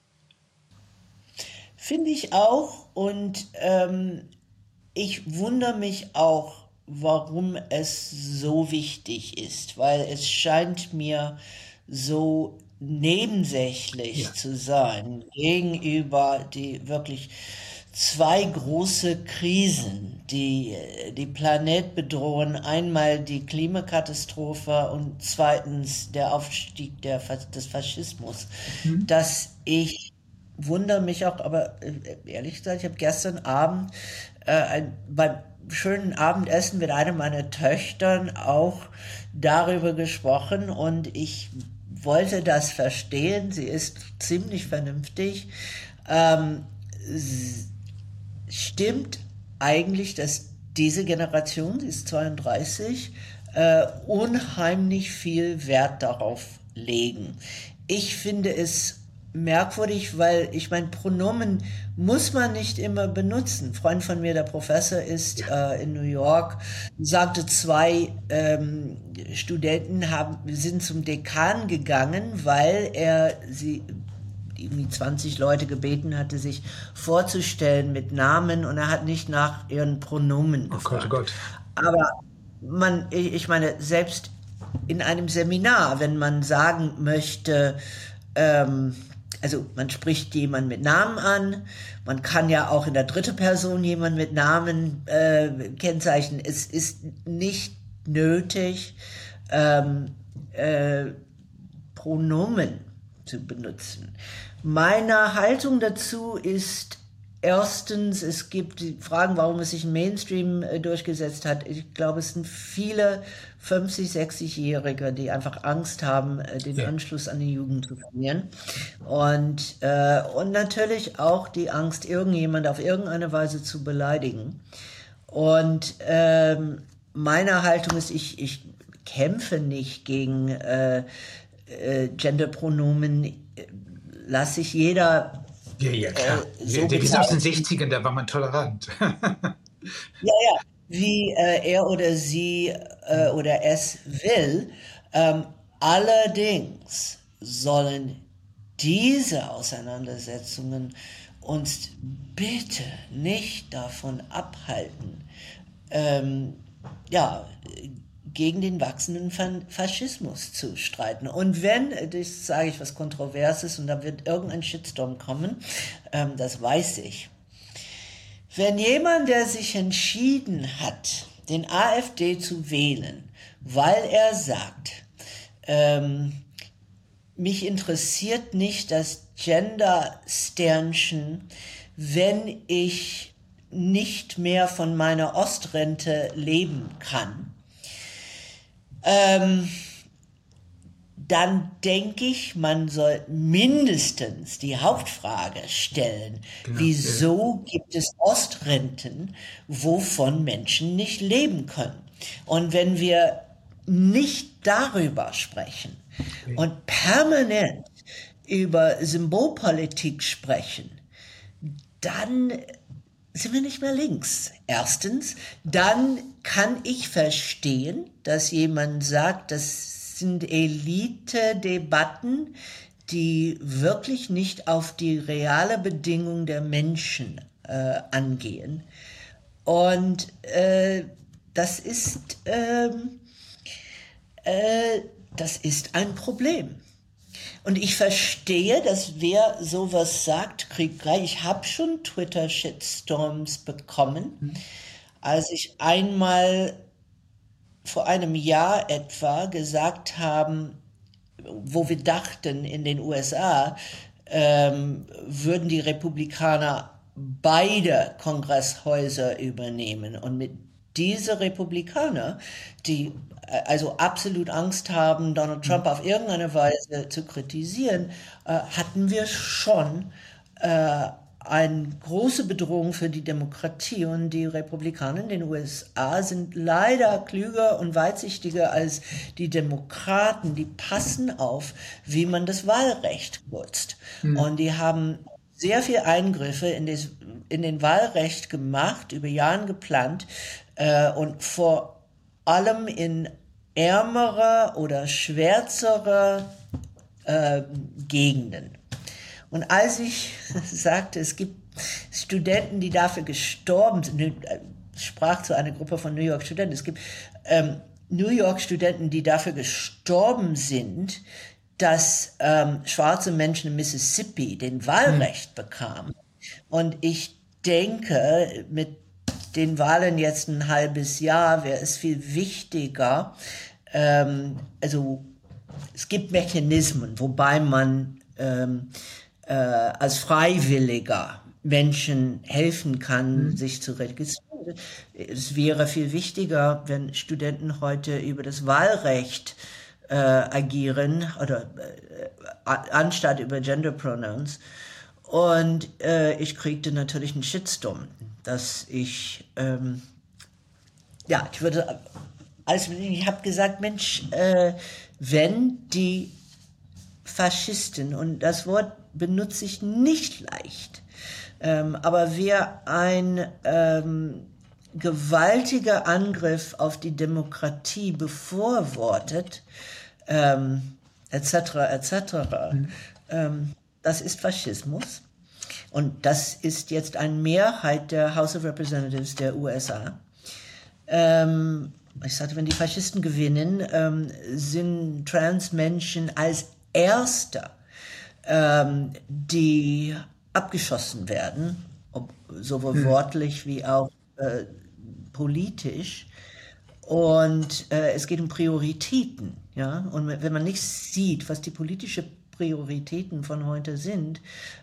Finde ich auch. Und ich wundere mich auch, warum es so wichtig ist, weil es scheint mir so nebensächlich zu sein gegenüber die wirklich zwei große Krisen, die Planet bedrohen. Einmal die Klimakatastrophe und zweitens der Aufstieg des Faschismus. Dass ich wundere mich auch, aber ehrlich gesagt, ich habe gestern Abend beim schönen Abendessen mit einer meiner Töchtern auch darüber gesprochen und ich wollte das verstehen. Sie ist ziemlich vernünftig. Stimmt eigentlich, dass diese Generation, sie ist 32, unheimlich viel Wert darauf legen. Ich finde es merkwürdig, weil ich meine, Pronomen muss man nicht immer benutzen. Ein Freund von mir, der Professor ist in New York, sagte, zwei Studenten sind zum Dekan gegangen, weil er sie irgendwie 20 Leute gebeten hatte, sich vorzustellen mit Namen und er hat nicht nach ihren Pronomen gefragt. Oh Gott. Aber ich meine, selbst in einem Seminar, wenn man sagen möchte, also man spricht jemanden mit Namen an, man kann ja auch in der dritten Person jemanden mit Namen kennzeichnen. Es ist nicht nötig, Pronomen zu benutzen. Meine Haltung dazu ist, erstens, es gibt die Fragen, warum es sich im Mainstream durchgesetzt hat. Ich glaube, es sind viele 50-, 60-Jährige, die einfach Angst haben, den Anschluss an die Jugend zu verlieren. Und natürlich auch die Angst, irgendjemand auf irgendeine Weise zu beleidigen. Und meine Haltung ist, ich kämpfe nicht gegen Genderpronomen. Lass sich jeder Ja, ja, klar. so Wir sind aus den bezeichnen. 60ern, da war man tolerant. Ja, ja, wie er oder sie oder es will. Ähm, allerdings sollen diese Auseinandersetzungen uns bitte nicht davon abhalten, ähm, ja, gegen den wachsenden Faschismus zu streiten. Und wenn, das sage ich was Kontroverses und da wird irgendein Shitstorm kommen, das weiß ich. Wenn jemand, der sich entschieden hat, den AfD zu wählen, weil er sagt, ähm, mich interessiert nicht das Gender-Sternchen, wenn ich nicht mehr von meiner Ostrente leben kann, dann denke ich, man soll mindestens die Hauptfrage stellen, Genau. wieso gibt es Ostrenten, wovon Menschen nicht leben können? Und wenn wir nicht darüber sprechen und permanent über Symbolpolitik sprechen, dann sind wir nicht mehr links. Erstens, dann kann ich verstehen, dass jemand sagt, das sind Elite-Debatten, die wirklich nicht auf die reale Bedingung der Menschen angehen. Und das ist ein Problem. Und ich verstehe, dass wer sowas sagt, kriegt gleich. Ich habe schon Twitter-Shitstorms bekommen, als ich einmal vor einem Jahr etwa gesagt haben, wo wir dachten, in den USA würden die Republikaner beide Kongresshäuser übernehmen. Und mit diese Republikaner, die also absolut Angst haben, Donald Trump auf irgendeine Weise zu kritisieren, hatten wir schon eine große Bedrohung für die Demokratie. Und die Republikaner in den USA sind leider klüger und weitsichtiger als die Demokraten. Die passen auf, wie man das Wahlrecht nutzt. Und die haben sehr viel Eingriffe in den Wahlrecht gemacht, über Jahre geplant und vor allem in ärmere oder schwärzere Gegenden. Und als ich sagte, es gibt Studenten, die dafür gestorben sind, ich sprach zu einer Gruppe von New York Studenten, es gibt New York Studenten, die dafür gestorben sind, dass schwarze Menschen in Mississippi den Wahlrecht bekamen. Und ich denke, mit den Wahlen jetzt ein halbes Jahr wäre es viel wichtiger, also es gibt Mechanismen, wobei man als Freiwilliger Menschen helfen kann, sich zu registrieren. Es wäre viel wichtiger, wenn Studenten heute über das Wahlrecht agieren oder anstatt über Gender Pronouns. Und ich kriegte natürlich einen Shitstorm, dass ich ich habe gesagt, Mensch, wenn die Faschisten, und das Wort benutze ich nicht leicht, aber wer ein gewaltiger Angriff auf die Demokratie bevorwortet, etc., das ist Faschismus. Und das ist jetzt eine Mehrheit der House of Representatives der USA. Ich sagte, wenn die Faschisten gewinnen, sind Transmenschen als Erster, die abgeschossen werden, sowohl wortlich wie auch politisch. Und es geht um Prioritäten. Ja? Und wenn man nicht sieht, was die politischen Prioritäten von heute sind,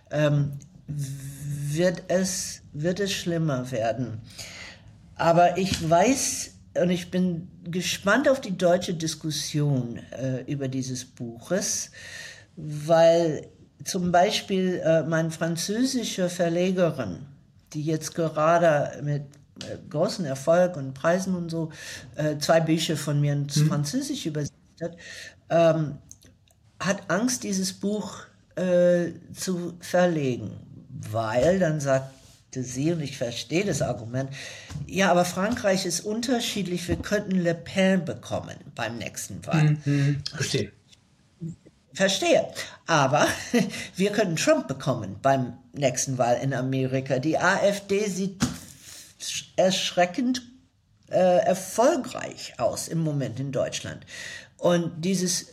wird es schlimmer werden. Aber ich weiß und ich bin gespannt auf die deutsche Diskussion über dieses Buches, weil zum Beispiel meine französische Verlegerin, die jetzt gerade mit großen Erfolg und Preisen und so 2 Bücher von mir ins Französisch übersetzt hat, hat Angst, dieses Buch zu verlegen, weil dann sagte sie, und ich verstehe das Argument, ja, aber Frankreich ist unterschiedlich, wir könnten Le Pen bekommen beim nächsten Wahl. Verstehe. Verstehe. Aber wir können Trump bekommen beim nächsten Wahl in Amerika. Die AfD sieht erschreckend erfolgreich aus im Moment in Deutschland. Und dieses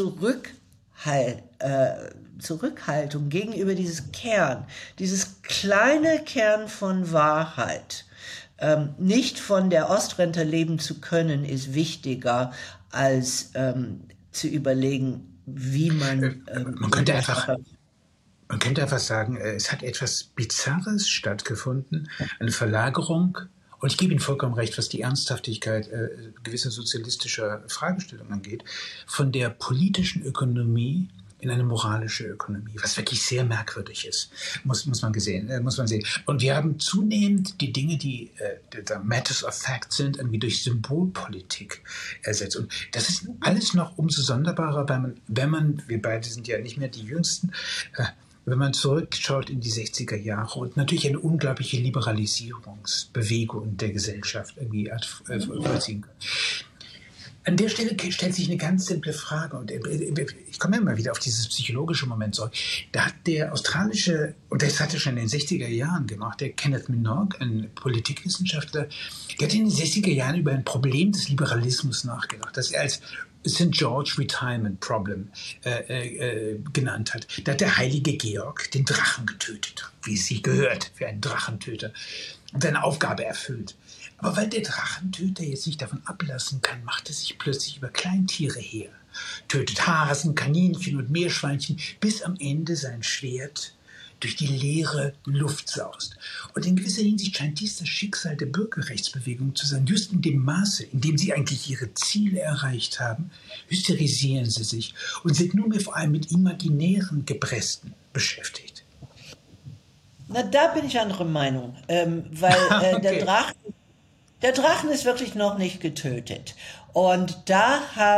Zurückhaltung gegenüber dieses kleine Kern von Wahrheit, nicht von der Ostrente leben zu können, ist wichtiger als zu überlegen, wie man... Man könnte einfach sagen, es hat etwas Bizarres stattgefunden, eine Verlagerung. Und ich gebe Ihnen vollkommen recht, was die Ernsthaftigkeit gewisser sozialistischer Fragestellungen angeht, von der politischen Ökonomie in eine moralische Ökonomie, was wirklich sehr merkwürdig ist, muss man sehen. Und wir haben zunehmend die Dinge, die Matters of Fact sind, irgendwie durch Symbolpolitik ersetzt. Und das ist alles noch umso sonderbarer, wenn man, wir beide sind ja nicht mehr die Jüngsten, wenn man zurückschaut in die 60er Jahre und natürlich eine unglaubliche Liberalisierungsbewegung der Gesellschaft irgendwie vollziehen kann. An der Stelle stellt sich eine ganz simple Frage und ich komme immer wieder auf dieses psychologische Moment zurück. Da hat der australische, und das hat er schon in den 60er Jahren gemacht, der Kenneth Minogue, ein Politikwissenschaftler, der hat in den 60er Jahren über ein Problem des Liberalismus nachgedacht, das er als St. George Retirement Problem genannt hat. Da hat der heilige Georg den Drachen getötet, wie es sich gehört für einen Drachentöter, und seine Aufgabe erfüllt. Aber weil der Drachentöter jetzt nicht davon ablassen kann, macht er sich plötzlich über Kleintiere her. Tötet Hasen, Kaninchen und Meerschweinchen, bis am Ende sein Schwert durch die leere Luft saust. Und in gewisser Hinsicht scheint dies das Schicksal der Bürgerrechtsbewegung zu sein. Just in dem Maße, in dem sie eigentlich ihre Ziele erreicht haben, hysterisieren sie sich und sind nunmehr vor allem mit imaginären Gebresten beschäftigt. Na, da bin ich anderer Meinung, weil okay. Der Drachen ist wirklich noch nicht getötet. Und da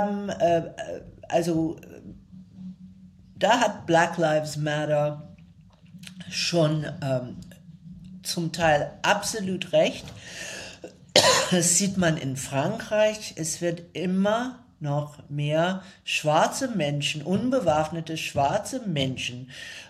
hat Black Lives Matter schon zum Teil absolut recht. Das sieht man in Frankreich. Es wird immer noch mehr schwarze Menschen, unbewaffnete schwarze Menschen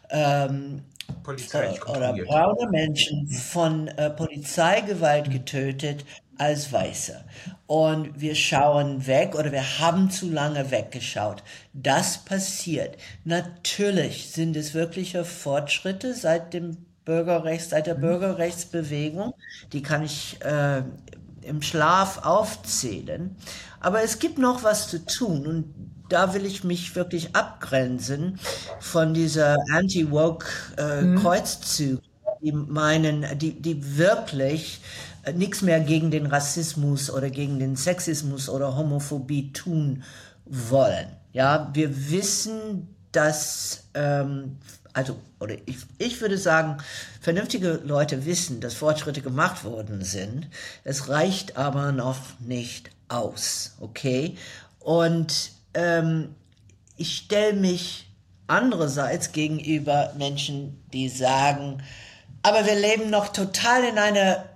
oder braune Menschen von Polizeigewalt getötet als Weiße. Und wir schauen weg oder wir haben zu lange weggeschaut. Das passiert. Natürlich sind es wirkliche Fortschritte seit der Bürgerrechtsbewegung. Die kann ich im Schlaf aufzählen. Aber es gibt noch was zu tun und da will ich mich wirklich abgrenzen von dieser Anti-Woke-Kreuzzüge, die wirklich nichts mehr gegen den Rassismus oder gegen den Sexismus oder Homophobie tun wollen. Ja, wir wissen, dass, ich würde sagen, vernünftige Leute wissen, dass Fortschritte gemacht worden sind. Es reicht aber noch nicht aus, okay? Und ich stelle mich andererseits gegenüber Menschen, die sagen, aber wir leben noch total in einer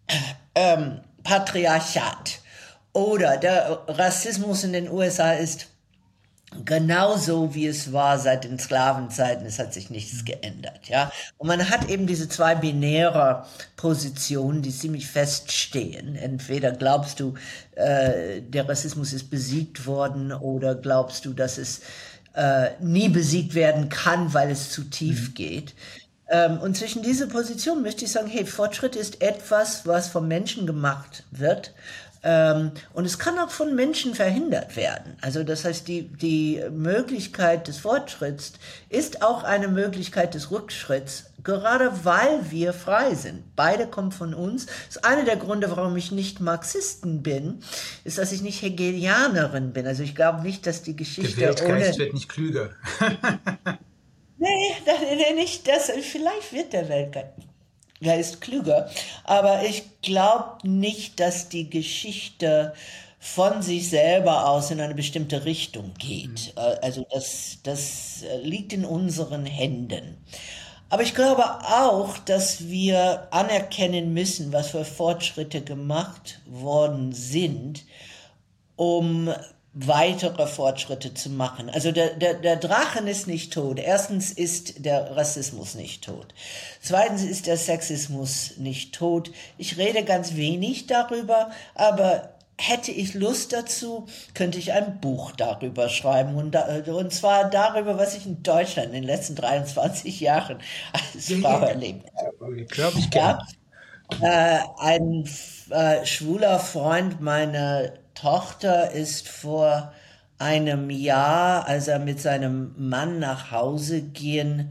Patriarchat. Oder der Rassismus in den USA ist genauso, wie es war seit den Sklavenzeiten. Es hat sich nichts geändert, ja. Und man hat eben diese zwei binäre Positionen, die ziemlich feststehen. Entweder glaubst du, der Rassismus ist besiegt worden, oder glaubst du, dass es nie besiegt werden kann, weil es zu tief geht. Und zwischen diese Position möchte ich sagen, hey, Fortschritt ist etwas, was vom Menschen gemacht wird. Und es kann auch von Menschen verhindert werden. Also das heißt, die Möglichkeit des Fortschritts ist auch eine Möglichkeit des Rückschritts, gerade weil wir frei sind. Beide kommen von uns. Das ist einer der Gründe, warum ich nicht Marxisten bin, ist, dass ich nicht Hegelianerin bin. Also ich glaube nicht, dass die Geschichte der Weltgeist wird nicht klüger. Nee, nicht das. Vielleicht wird der Weltgeist klüger, aber ich glaube nicht, dass die Geschichte von sich selber aus in eine bestimmte Richtung geht. Also das liegt in unseren Händen. Aber ich glaube auch, dass wir anerkennen müssen, was für Fortschritte gemacht worden sind, um weitere Fortschritte zu machen. Also der Drachen ist nicht tot. Erstens ist der Rassismus nicht tot. Zweitens ist der Sexismus nicht tot. Ich rede ganz wenig darüber, aber hätte ich Lust dazu, könnte ich ein Buch darüber schreiben und zwar darüber, was ich in Deutschland in den letzten 23 Jahren als Frau erlebt habe. Glaube ich gerne. Ein schwuler Freund meiner Tochter ist vor einem Jahr, als er mit seinem Mann nach Hause ging,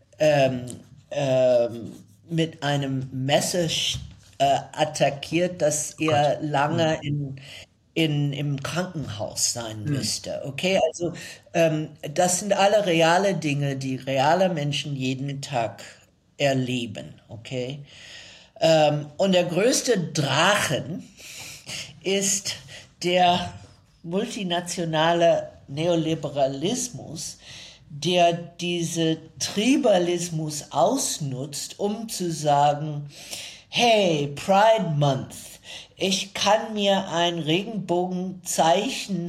mit einem Messer attackiert, dass er lange im Krankenhaus sein müsste. Okay, also das sind alle reale Dinge, die reale Menschen jeden Tag erleben. Okay, und der größte Drachen ist der multinationale Neoliberalismus, der diese Tribalismus ausnutzt, um zu sagen, hey, Pride Month, ich kann mir ein Regenbogenzeichen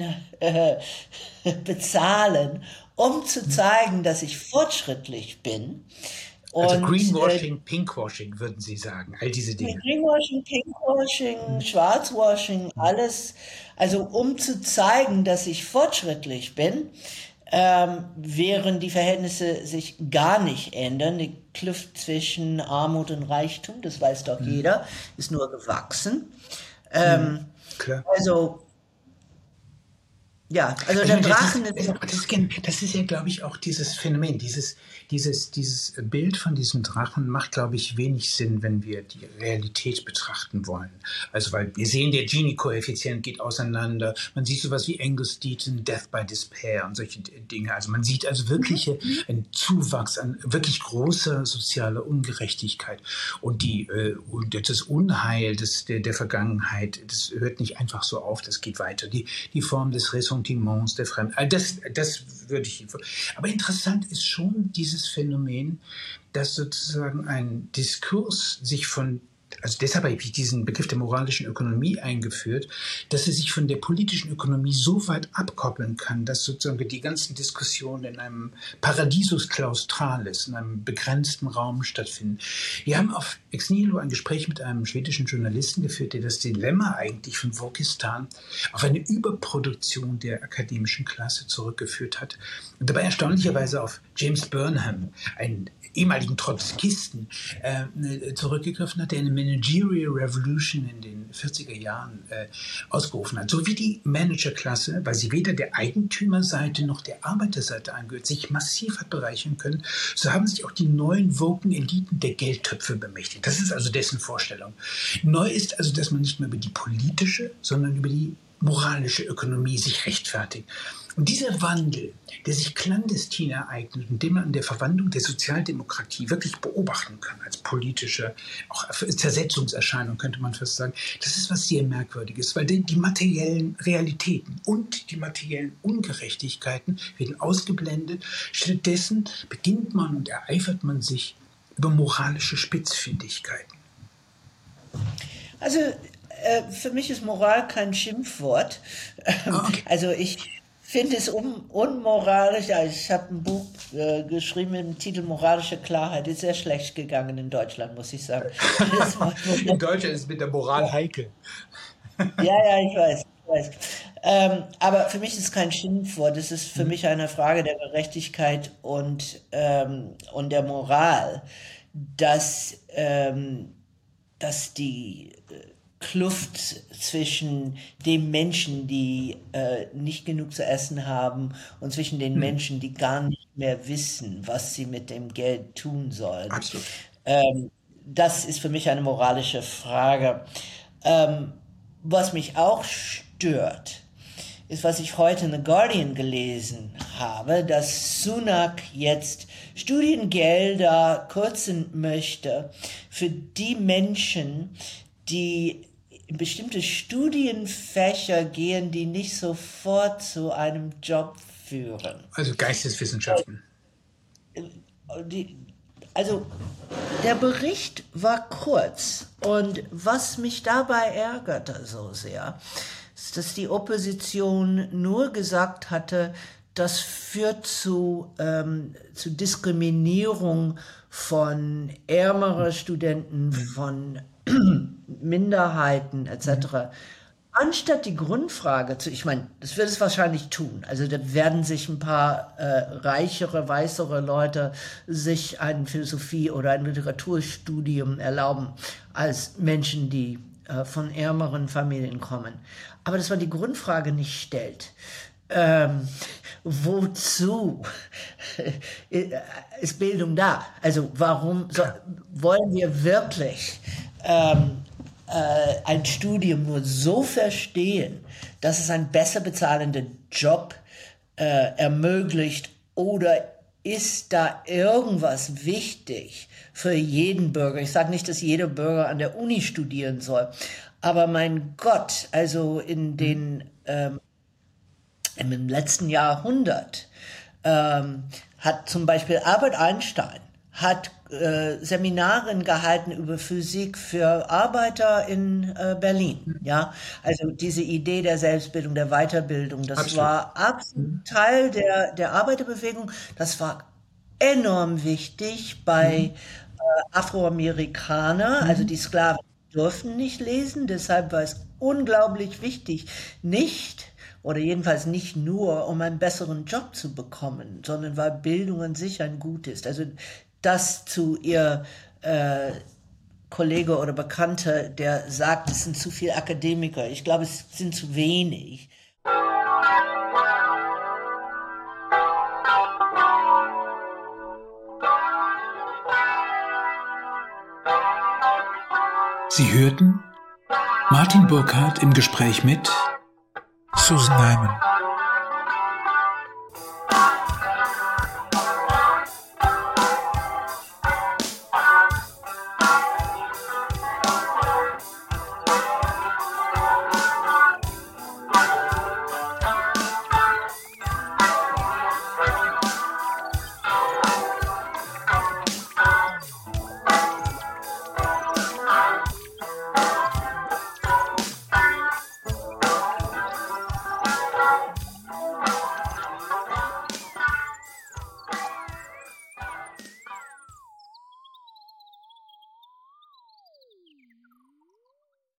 bezahlen, um zu zeigen, dass ich fortschrittlich bin. Also Greenwashing, Pinkwashing, würden Sie sagen, all diese Dinge. Greenwashing, Pinkwashing, Schwarzwashing, alles. Also um zu zeigen, dass ich fortschrittlich bin, während die Verhältnisse sich gar nicht ändern. Die Kluft zwischen Armut und Reichtum, das weiß doch jeder, ist nur gewachsen. Klar. Also ja, also der Drachen das ist ja, glaube ich, auch dieses Phänomen, dieses Bild von diesem Drachen macht, glaube ich, wenig Sinn, wenn wir die Realität betrachten wollen. Also, weil wir sehen, der Gini-Koeffizient geht auseinander, man sieht sowas wie Angus Deaton, Death by Despair und solche Dinge. Also man sieht also wirklich einen Zuwachs an wirklich großer sozialer Ungerechtigkeit. Und das Unheil der Vergangenheit, das hört nicht einfach so auf, das geht weiter. Die Form des Ressentiments, der Fremden, das würde ich... Aber interessant ist schon dieses Phänomen, dass sozusagen ein Diskurs sich also deshalb habe ich diesen Begriff der moralischen Ökonomie eingeführt, dass er sich von der politischen Ökonomie so weit abkoppeln kann, dass sozusagen die ganzen Diskussionen in einem Paradisus Claustralis, in einem begrenzten Raum stattfinden. Wir haben auf Ex Nihilo ein Gespräch mit einem schwedischen Journalisten geführt, der das Dilemma eigentlich von Wokistan auf eine Überproduktion der akademischen Klasse zurückgeführt hat und dabei erstaunlicherweise auf James Burnham, einen ehemaligen Trotzkisten, zurückgegriffen hat, der eine Managerial Revolution in den 40er Jahren ausgerufen hat. So wie die Managerklasse, weil sie weder der Eigentümerseite noch der Arbeiterseite angehört, sich massiv hat bereichern können, so haben sich auch die neuen woken Eliten der Geldtöpfe bemächtigt. Das ist also dessen Vorstellung. Neu ist also, dass man nicht mehr über die politische, sondern über die moralische Ökonomie sich rechtfertigt. Und dieser Wandel, der sich clandestin ereignet und den man an der Verwandlung der Sozialdemokratie wirklich beobachten kann, als politische, auch Zersetzungserscheinung könnte man fast sagen, das ist was sehr Merkwürdiges, weil die materiellen Realitäten und die materiellen Ungerechtigkeiten werden ausgeblendet. Stattdessen beginnt man und ereifert man sich über moralische Spitzfindigkeiten. Also für mich ist Moral kein Schimpfwort. Okay. Also ich finde es unmoralisch. Ich habe ein Buch geschrieben mit dem Titel Moralische Klarheit. Ist sehr schlecht gegangen in Deutschland, muss ich sagen. In Deutschland ist es mit der Moral heikel. Ja, ich weiß. Aber für mich ist es kein Schimpfwort. Es ist für mich eine Frage der Gerechtigkeit und der Moral, dass die Kluft zwischen den Menschen, die nicht genug zu essen haben, und zwischen den Menschen, die gar nicht mehr wissen, was sie mit dem Geld tun sollen. Absolut. Das ist für mich eine moralische Frage. Was mich auch stört, ist, was ich heute in The Guardian gelesen habe, dass Sunak jetzt Studiengelder kürzen möchte für die Menschen, die in bestimmte Studienfächer gehen, die nicht sofort zu einem Job führen. Also Geisteswissenschaften. Also der Bericht war kurz und was mich dabei ärgerte so sehr, ist, dass die Opposition nur gesagt hatte, das führt zu Diskriminierung von ärmeren Studenten, von Minderheiten etc. Anstatt die Grundfrage ich meine, das wird es wahrscheinlich tun. Also da werden sich ein paar reichere, weißere Leute sich ein Philosophie- oder ein Literaturstudium erlauben als Menschen, die von ärmeren Familien kommen. Aber dass man die Grundfrage nicht stellt. Wozu ist Bildung da? Also warum wollen wir wirklich ein Studium nur so verstehen, dass es einen besser bezahlenden Job ermöglicht, oder ist da irgendwas wichtig für jeden Bürger? Ich sage nicht, dass jeder Bürger an der Uni studieren soll, aber mein Gott, also im letzten Jahrhundert hat zum Beispiel Albert Einstein hat Seminare gehalten über Physik für Arbeiter in Berlin. Ja, also diese Idee der Selbstbildung, der Weiterbildung, das Absolut. war absolut Teil der Arbeiterbewegung. Das war enorm wichtig bei Afroamerikaner, also die Sklaven durften nicht lesen, deshalb war es unglaublich wichtig, nicht oder jedenfalls nicht nur, um einen besseren Job zu bekommen, sondern weil Bildung an sich ein Gut ist. Also das zu ihr Kollege oder Bekannte, der sagt, es sind zu viele Akademiker. Ich glaube, es sind zu wenig. Sie hörten Martin Burkhardt im Gespräch mit Susan Neiman.